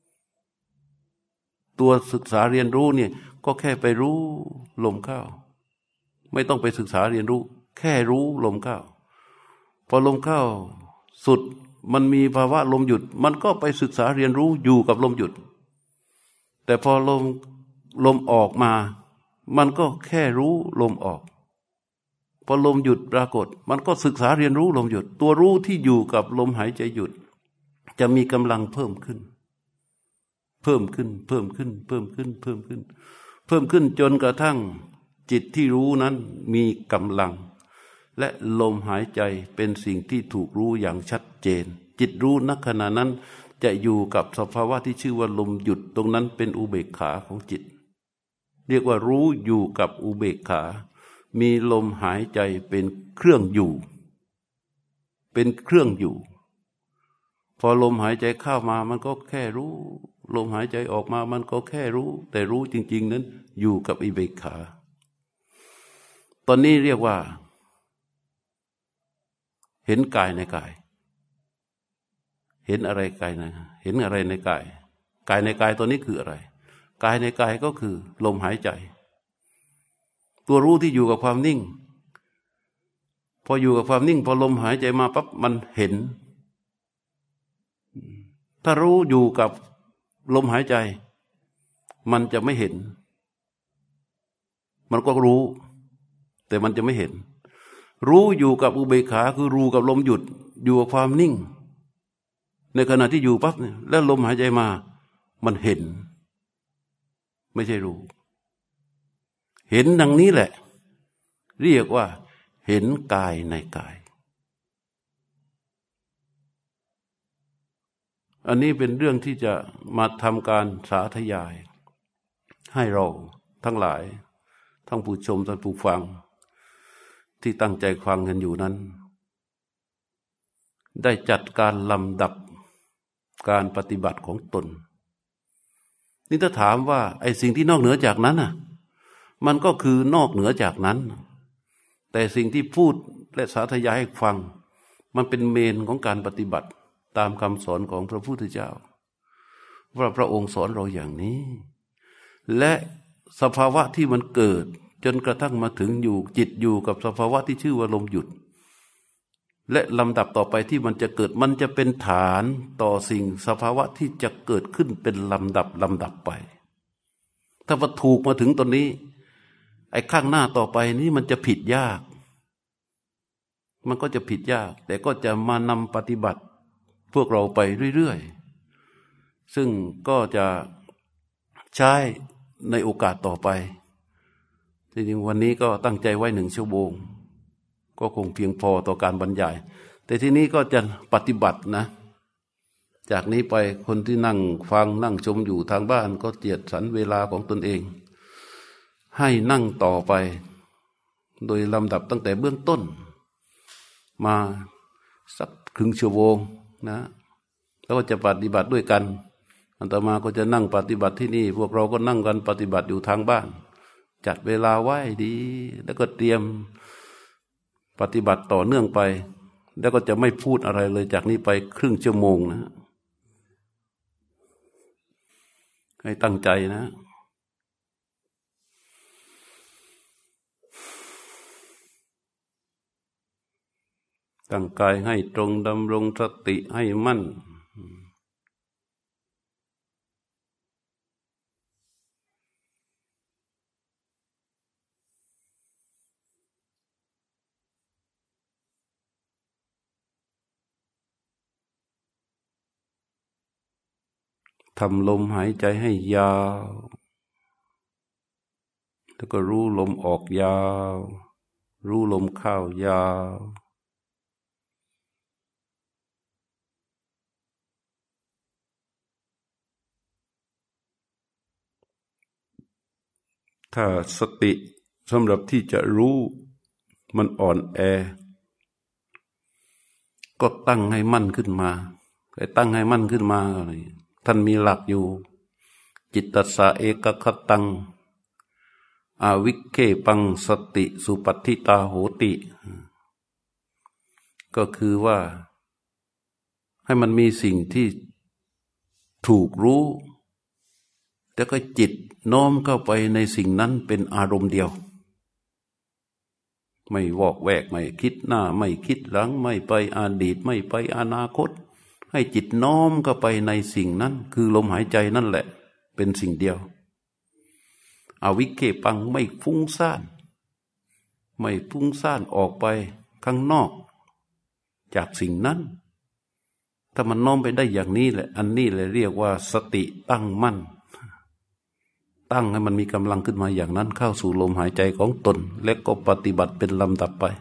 ตัวศึกษาเรียนรู้เนี่ยก็แค่ไปรู้ลมเข้าไม่ต้องไปศึกษาเรียนรู้แค่รู้ลมเข้าพอลมเข้าสุดมันมีภาวะลมหยุดมันก็ไปศึกษาเรียนรู้อยู่กับลมหยุดแต่พอลมออกมามันก็แค่รู้ลมออกพอลมหยุดปรากฏมันก็ศึกษาเรียนรู้ลมหยุดตัวรู้ที่อยู่กับลมหายใจหยุดจะมีกำลังเพิ่มขึ้นเพิ่มขึ้นเพิ่มขึ้นเพิ่มขึ้นเพิ่มขึ้นเพิ่มขึ้นจนกระทั่งจิตที่รู้นั้นมีกำลังและลมหายใจเป็นสิ่งที่ถูกรู้อย่างชัดเจนจิตรู้ณขณะนั้นจะอยู่กับสภาวะที่ชื่อว่าลมหยุดตรงนั้นเป็นอุเบกขาของจิตเรียกว่ารู้อยู่กับอุเบกขามีลมหายใจเป็นเครื่องอยู่เป็นเครื่องอยู่พอลมหายใจเข้ามามันก็แค่รู้ลมหายใจออกมามันก็แค่รู้แต่รู้จริงๆนั้นอยู่กับอุเบกขาตอนนี้เรียกว่าเห็นกายในกายเห็นอะไรกายนะเห็นอะไรในกายกายในกายตัวนี้คืออะไรกายในกายก็คือลมหายใจตัวรู้ที่อยู่กับความนิ่งพออยู่กับความนิ่งพอลมหายใจมาปั๊บมันเห็นถ้ารู้อยู่กับลมหายใจมันจะไม่เห็นมันก็รู้แต่มันจะไม่เห็นรู้อยู่กับอุเบกขาคือรู้กับลมหยุดอยู่กับความนิ่งในขณะที่อยู่ปั๊บเนี่ยแล้วลมหายใจมามันเห็นไม่ใช่รู้เห็นดังนี้แหละเรียกว่าเห็นกายในกายอันนี้เป็นเรื่องที่จะมาทำการสาธยายให้เราทั้งหลายทั้งผู้ชมทั้งผู้ฟังที่ตั้งใจฟังกันอยู่นั้นได้จัดการลำดับการปฏิบัติของตนนี่ถ้าถามว่าไอ้สิ่งที่นอกเหนือจากนั้นมันก็คือนอกเหนือจากนั้นแต่สิ่งที่พูดและสาธยายให้ฟังมันเป็นเมนของการปฏิบัติตามคำสอนของพระพุทธเจ้าว่าพระองค์สอนเราอย่างนี้และสภาวะที่มันเกิดจนกระทั่งมาถึงอยู่จิตอยู่กับสภาวะที่ชื่อว่าลมหยุดและลำดับต่อไปที่มันจะเกิดมันจะเป็นฐานต่อสิ่งสภาวะที่จะเกิดขึ้นเป็นลำดับไปถ้าว่าถูกมาถึงตอนนี้ไอ้ข้างหน้าต่อไปนี้มันจะผิดยากมันก็จะผิดยากแต่ก็จะมานำปฏิบัติพวกเราไปเรื่อยๆซึ่งก็จะใช้ในโอกาสต่อไปจริงๆวันนี้ก็ตั้งใจไว้1 ชั่วโมงก็คงเพียงพอต่อการบรรยายแต่ที่นี้ก็จะปฏิบัตินะจากนี้ไปคนที่นั่งฟังนั่งชมอยู่ทางบ้านก็เจียดสรรเวลาของตนเองให้นั่งต่อไปโดยลำดับตั้งแต่เบื้องต้นมาสักครึ่งชั่วโมงนะแล้วก็จะปฏิบัติด้วยกันอาตมาก็จะนั่งปฏิบัติที่นี่พวกเราก็นั่งกันปฏิบัติอยู่ทางบ้านจัดเวลาไว้ดีแล้วก็เตรียมปฏิบัติต่อเนื่องไปแล้วก็จะไม่พูดอะไรเลยจากนี้ไปครึ่งชั่วโมงนะให้ตั้งใจนะตั้งกายให้ตรงดำรงสติให้มั่นทำลมหายใจให้ยาวแล้วก็รู้ลมออกยาวรู้ลมเข้ายาวถ้าสติสำหรับที่จะรู้มันอ่อนแอก็ตั้งให้มั่นขึ้นมาให้ตั้งให้มั่นขึ้นมาท่านมีหลักอยู่จิตตัสสะเอกคตังอาวิเคปังสติสุปัฏฐิตาโหติก็คือว่าให้มันมีสิ่งที่ถูกรู้แล้วก็จิตโน้มเข้าไปในสิ่งนั้นเป็นอารมณ์เดียวไม่วอกแวกไม่คิดหน้าไม่คิดหลังไม่ไปอดีตไม่ไปอนาคตให้จิตน้อมเข้าไปในสิ่งนั้นคือลมหายใจนั่นแหละเป็นสิ่งเดียวอวิเคปังไม่ฟุ้งซ่านไม่ฟุ้งซ่านออกไปข้างนอกจากสิ่งนั้นถ้ามันน้อมไปได้อย่างนี้แหละอันนี้เลยเรียกว่าสติตั้งมั่นตั้งให้มันมีกำลังขึ้นมาอย่างนั้นเข้าสู่ลมหายใจของตนและก็ปฏิบัติเป็นลำดับไป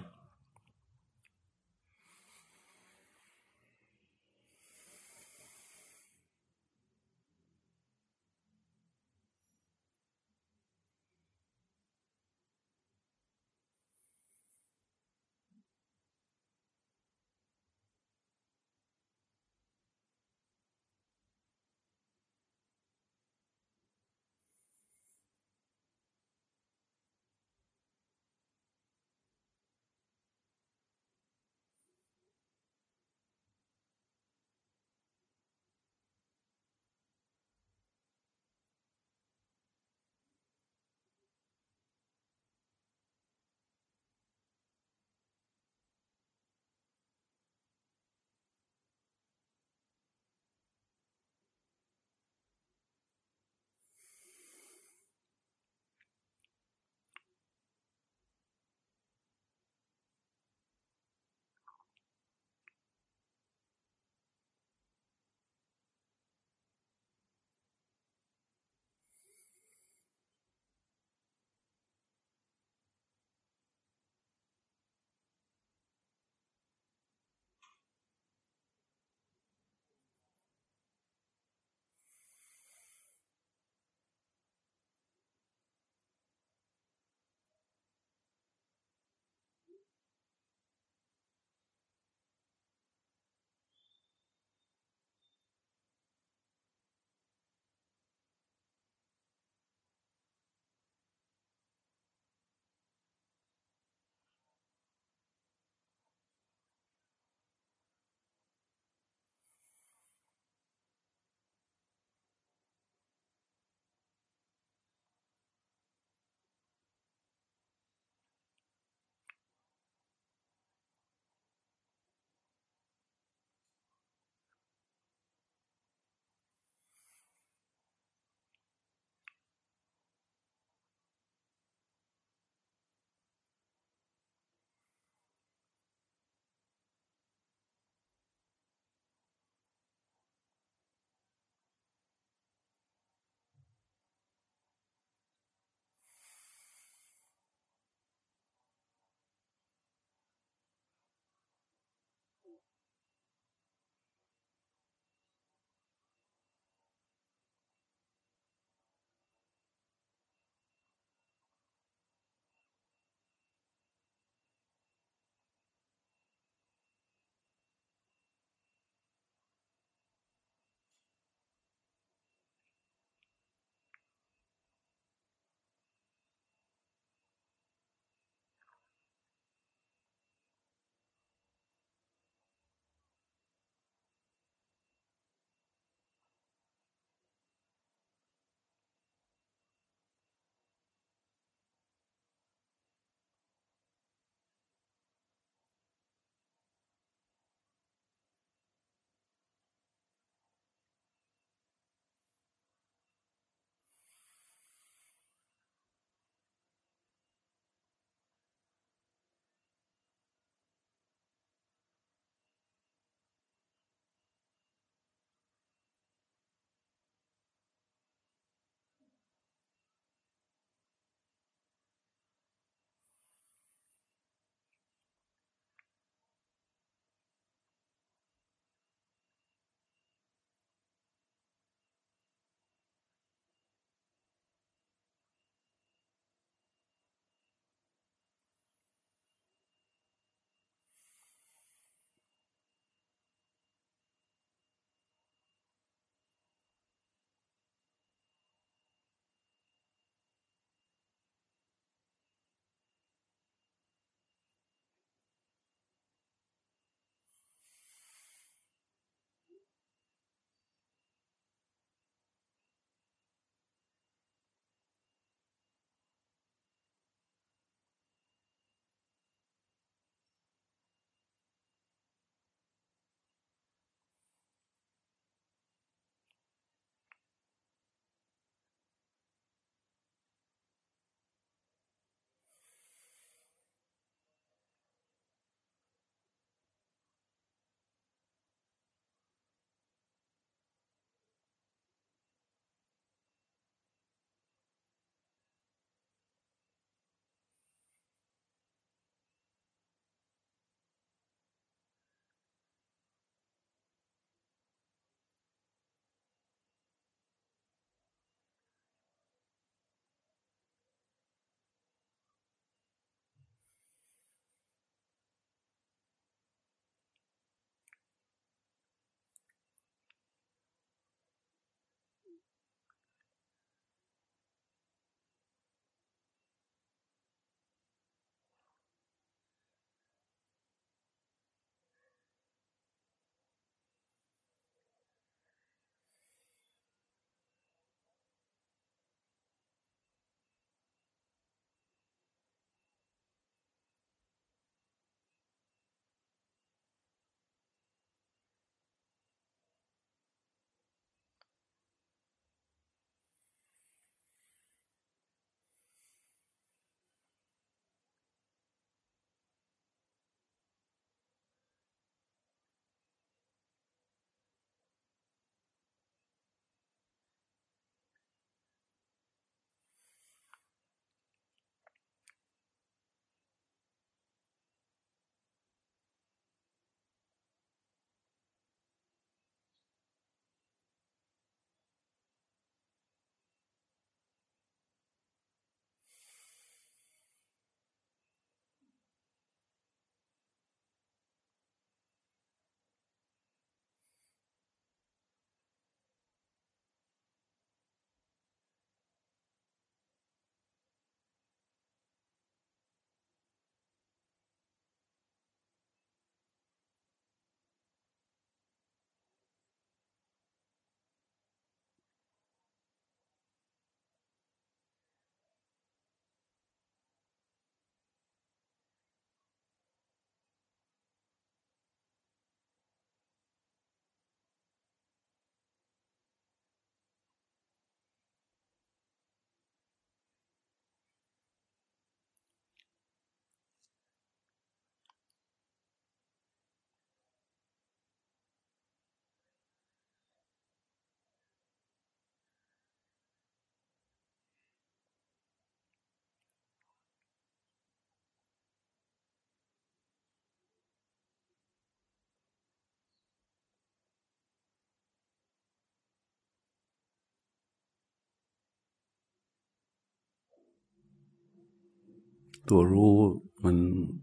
ตัวรู้มัน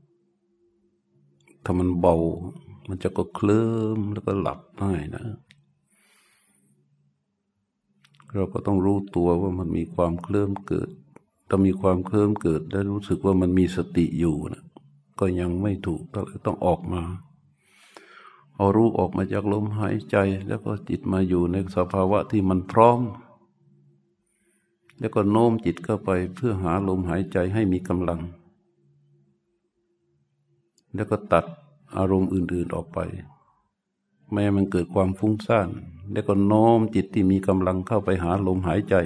ถ้ามันเบามันจะก็เคลิ้มแล้วก็หลับง่ายนะเราก็ต้องรู้ตัวว่ามันมีความเคลิ้มเกิดถ้ามีความเคลิ้มเกิดและรู้สึกว่ามันมีสติอยู่นะก็ยังไม่ถูกต้องออกมาเอารู้ออกมาจากลมหายใจแล้วก็จิตมาอยู่ในสภาวะที่มันพร้อมแล้วก็โน้มจิตเข้าไปเพื่อหาลมหายใจให้มีกำลังแล้วก็ตัดอารมณ์อื่นๆออกไปแม้มันเกิดความฟุ้งซ่านแล้วก็โน้มจิตที่มีกำลังเข้าไปหาลมหายใจ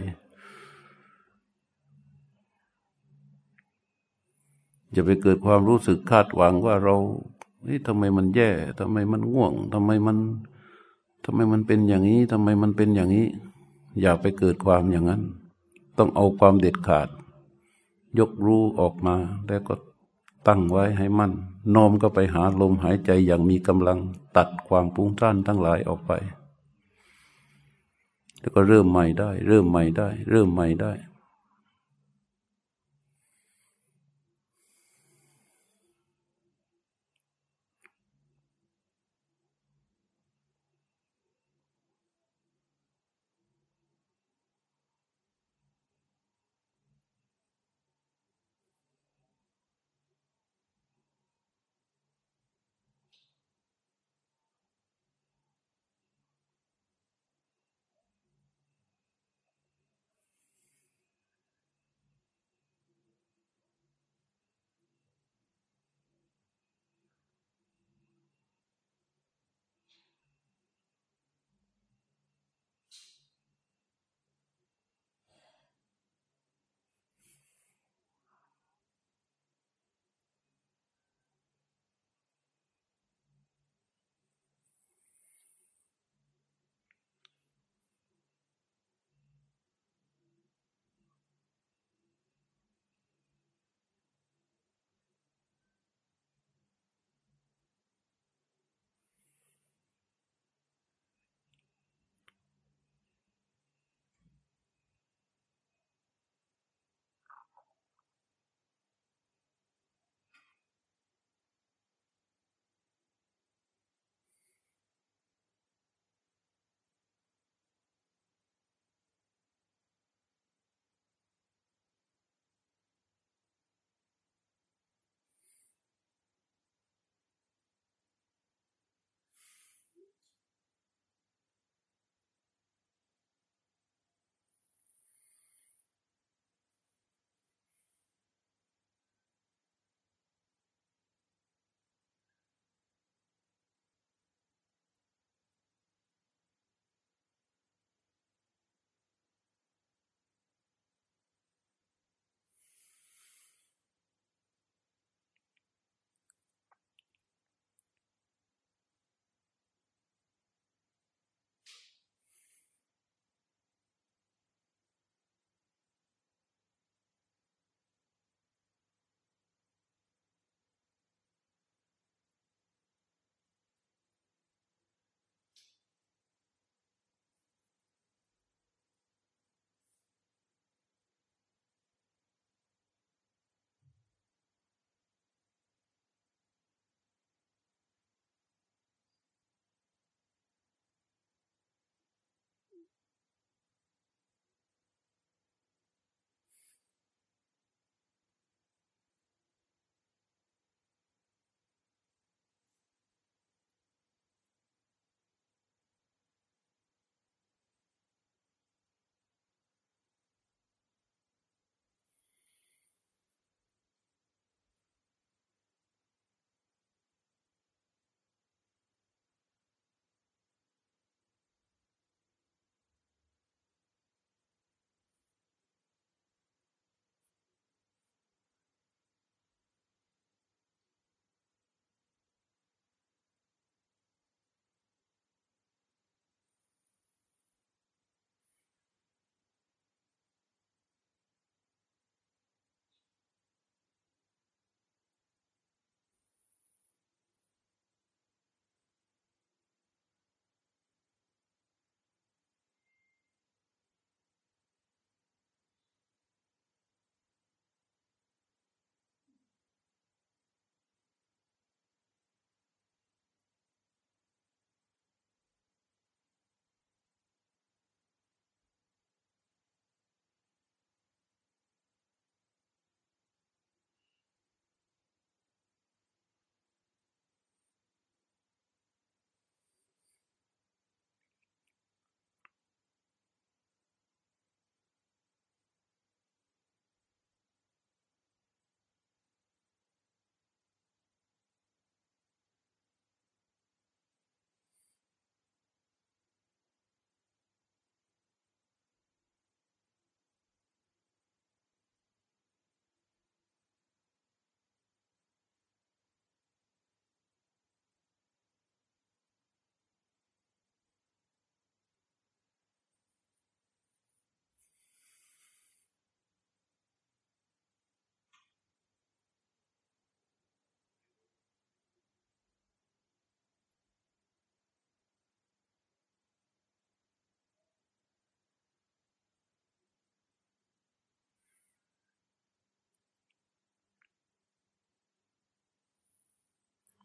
จะไปเกิดความรู้สึกคาดหวังว่าเราทำไมมันแย่ทำไมมันง่วงทำไมมันเป็นอย่างนี้ทำไมมันเป็นอย่างนี้อย่าไปเกิดความอย่างนั้นต้องเอาความเด็ดขาดยกรู้ออกมาแล้วก็ตั้งไว้ให้มั่นโน้มก็ไปหาลมหายใจอย่างมีกำลังตัดความฟุ้งซ่านทั้งหลายออกไปแล้วก็เริ่มใหม่ได้เริ่มใหม่ได้เริ่มใหม่ได้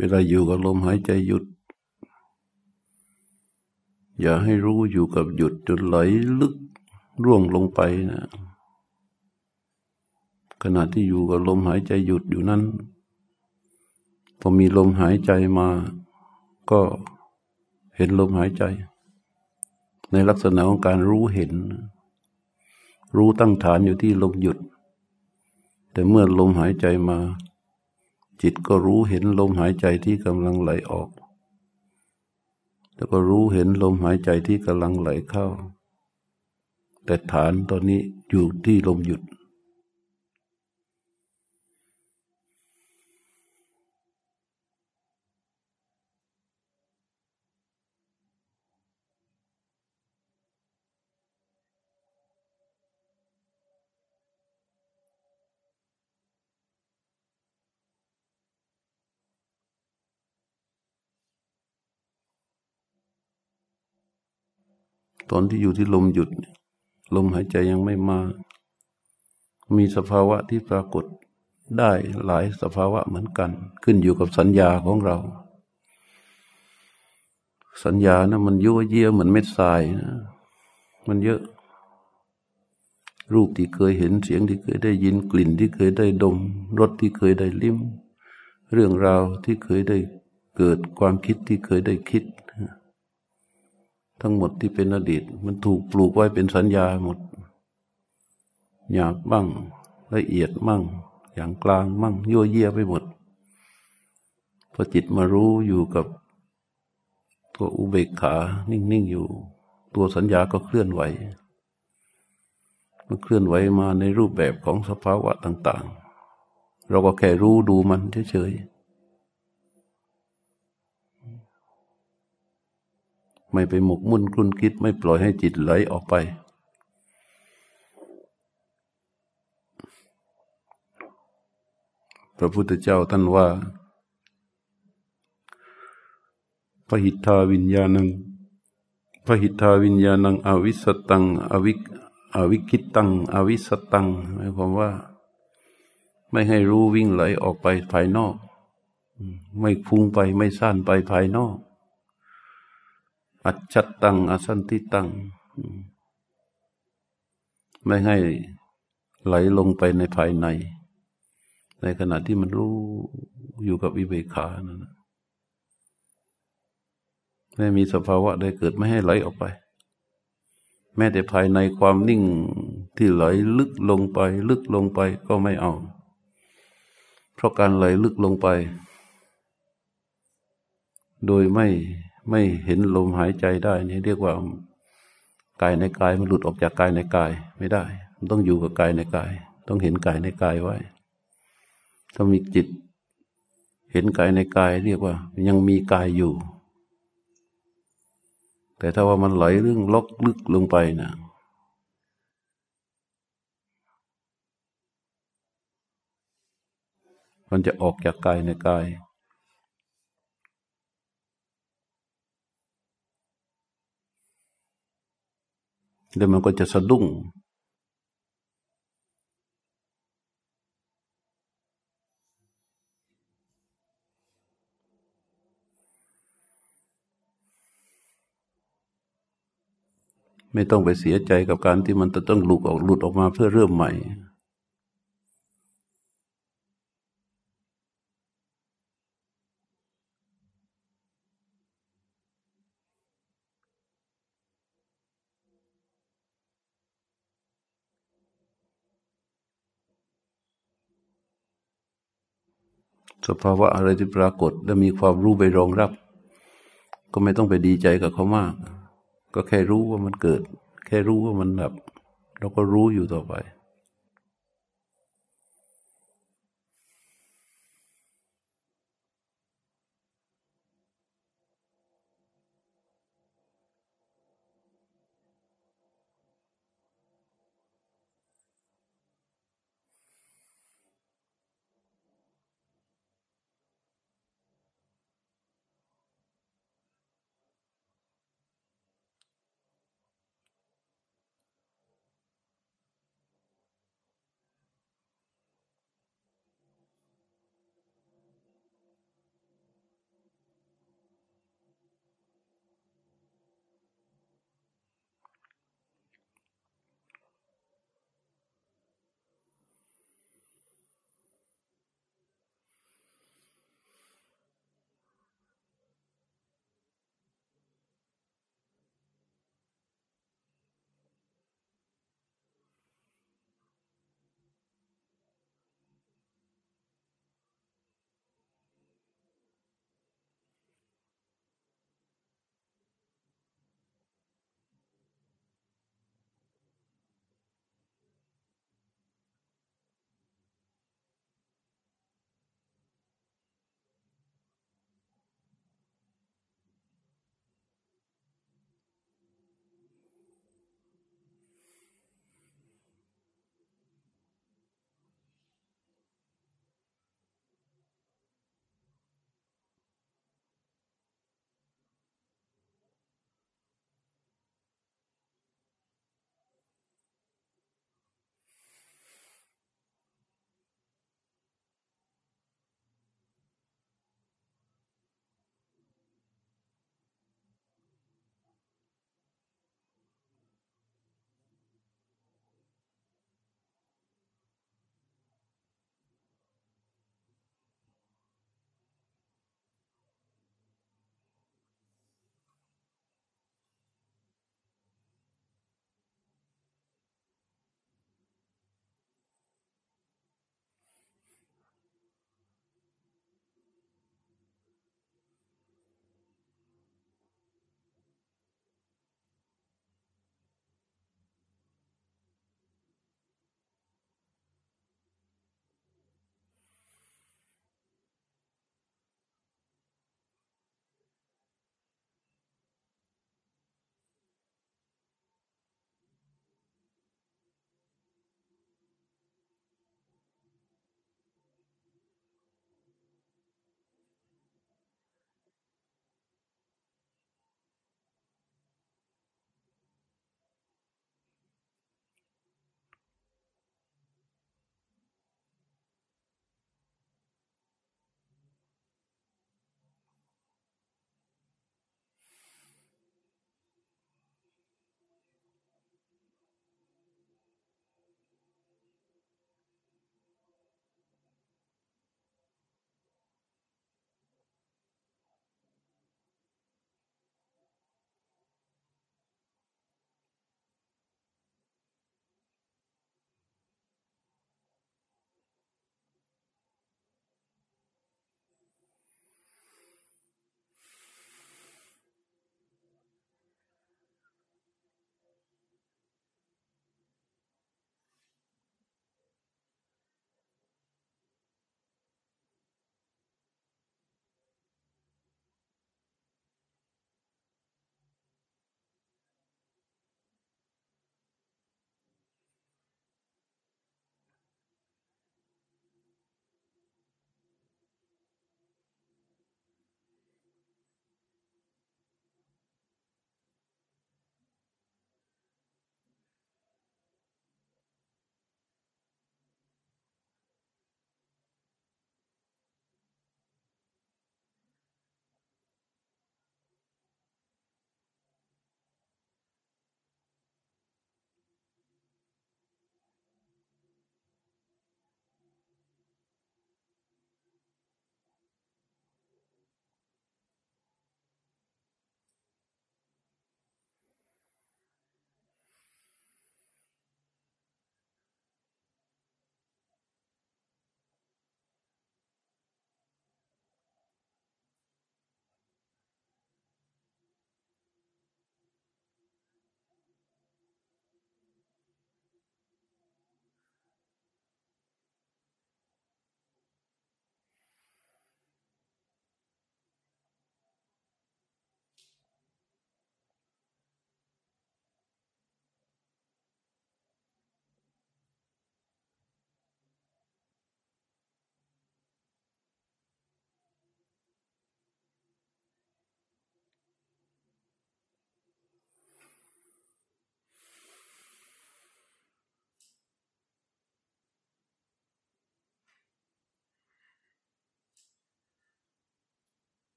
เวลาอยู่กับลมหายใจหยุดอย่าให้รู้อยู่กับหยุดจนไหลลึกร่วงลงไปนะขณะที่อยู่กับลมหายใจหยุดอยู่นั้นพอมีลมหายใจมาก็เห็นลมหายใจในลักษณะของการรู้เห็นรู้ตั้งฐานอยู่ที่ลมหยุดแต่เมื่อลมหายใจมาจิตก็รู้เห็นลมหายใจที่กำลังไหลออกแล้วก็รู้เห็นลมหายใจที่กำลังไหลเข้าแต่ฐานตอนนี้อยู่ที่ลมหยุดตอนที่อยู่ที่ลมหยุดลมหายใจยังไม่มามีสภาวะที่ปรากฏได้หลายสภาวะเหมือนกันขึ้นอยู่กับสัญญาของเราสัญญานะมันยั่วเยี่ยเหมือนเม็ดทรายนะมันเยอะรูปที่เคยเห็นเสียงที่เคยได้ยินกลิ่นที่เคยได้ดมรสที่เคยได้ลิ้มเรื่องราวที่เคยได้เกิดความคิดที่เคยได้คิดทั้งหมดที่เป็นอดีตมันถูกปลูกไว้เป็นสัญญาหมดหยาบบ้างละเอียดมั่งอย่างกลางมั่งยั่วเยี่ยไปหมดพอจิตมารู้อยู่กับตัวอุเบกขานิ่งๆอยู่ตัวสัญญาก็เคลื่อนไหวมันเคลื่อนไหวมาในรูปแบบของสภาวะต่างๆเราก็แค่รู้ดูมันเฉยๆไม่ไปหมกมุ่นคลุ่นคิดไม่ปล่อยให้จิตไหลออกไปพระพุทธเจ้าท่านว่าพหิทธาวิญญาณังพหิทธาวิญญาณังอวิสตังอวิคิตตังอวิสตังหมายความว่าไม่ให้รู้วิ่งไหลออกไปภายนอกไม่ฟุ้งไปไม่ซ่านไปภายนอกอัจฉัตตังอสันติตังไม่ให้ไหลลงไปในภายในในขณะที่มันรู้อยู่กับวิเวกขานั่นไม่มีสภาวะใดเกิดไม่ให้ไหลออกไปแม้แต่ภายในความนิ่งที่ไหลลึกลงไปลึกลงไปก็ไม่เอาเพราะการไหลลึกลงไปโดยไม่เห็นลมหายใจได้นี่เรียกว่ากายในกายมันหลุดออกจากกายในกายไม่ได้มันต้องอยู่กับกายในกายต้องเห็นกายในกายไว้ถ้ามีจิตเห็นกายในกายเรียกว่ายังมีกายอยู่แต่ถ้าว่ามันไหลเรื่องลกลึกลงไปนะมันจะออกจากกายในกายแล้วมันก็จะสะดุ้งไม่ต้องไปเสียใจกับการที่มันจะต้องหลุดออกมาเพื่อเริ่มใหม่สภาวะอะไรที่ปรากฏและมีความรู้ไปรองรับก็ไม่ต้องไปดีใจกับเขามากก็แค่รู้ว่ามันเกิดแค่รู้ว่ามันดับเราก็รู้อยู่ต่อไป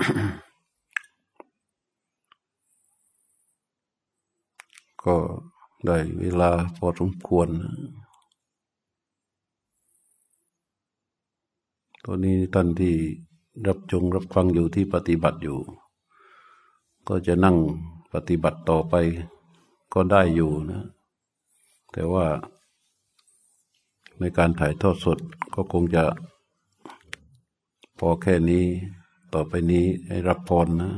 ก็ได้เวลาพอสมควรตอนนี้ท่านที่รับฟังอยู่ที่ปฏิบัติอยู่ก็จะนั่งปฏิบัติต่อไปก็ได้อยู่นะแต่ว่าในการถ่ายทอดสดก็คงจะพอแค่นี้ต่อไปนี้ให้รับพรนะ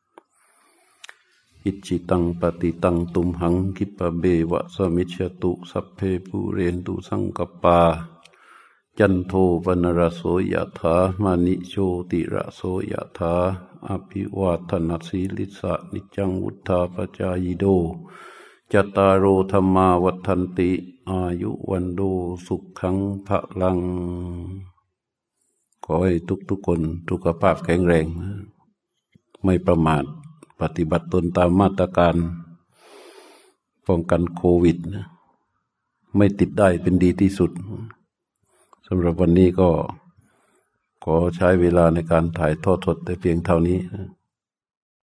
อิจิตังปฏิตังตุมหังคิปะเบวะสมิจฉตุสัพเพปุเรนตุสังกปาจันโทปนรสโสยถามานิโชติระโสยถาอภิวาทนาสีลิสะนิจังวุธาปจายโดจตารโอธรรมาวัฏันติอายุวันโดสุขังพลังขอให้ทุกคนสุขภาพแข็งแรงไม่ประมาทปฏิบัติตนตามมาตรการป้องกันโควิดนะไม่ติดได้เป็นดีที่สุดสำหรับวันนี้ก็ขอใช้เวลาในการถ่ายทอดสดแต่เพียงเท่านี้นะ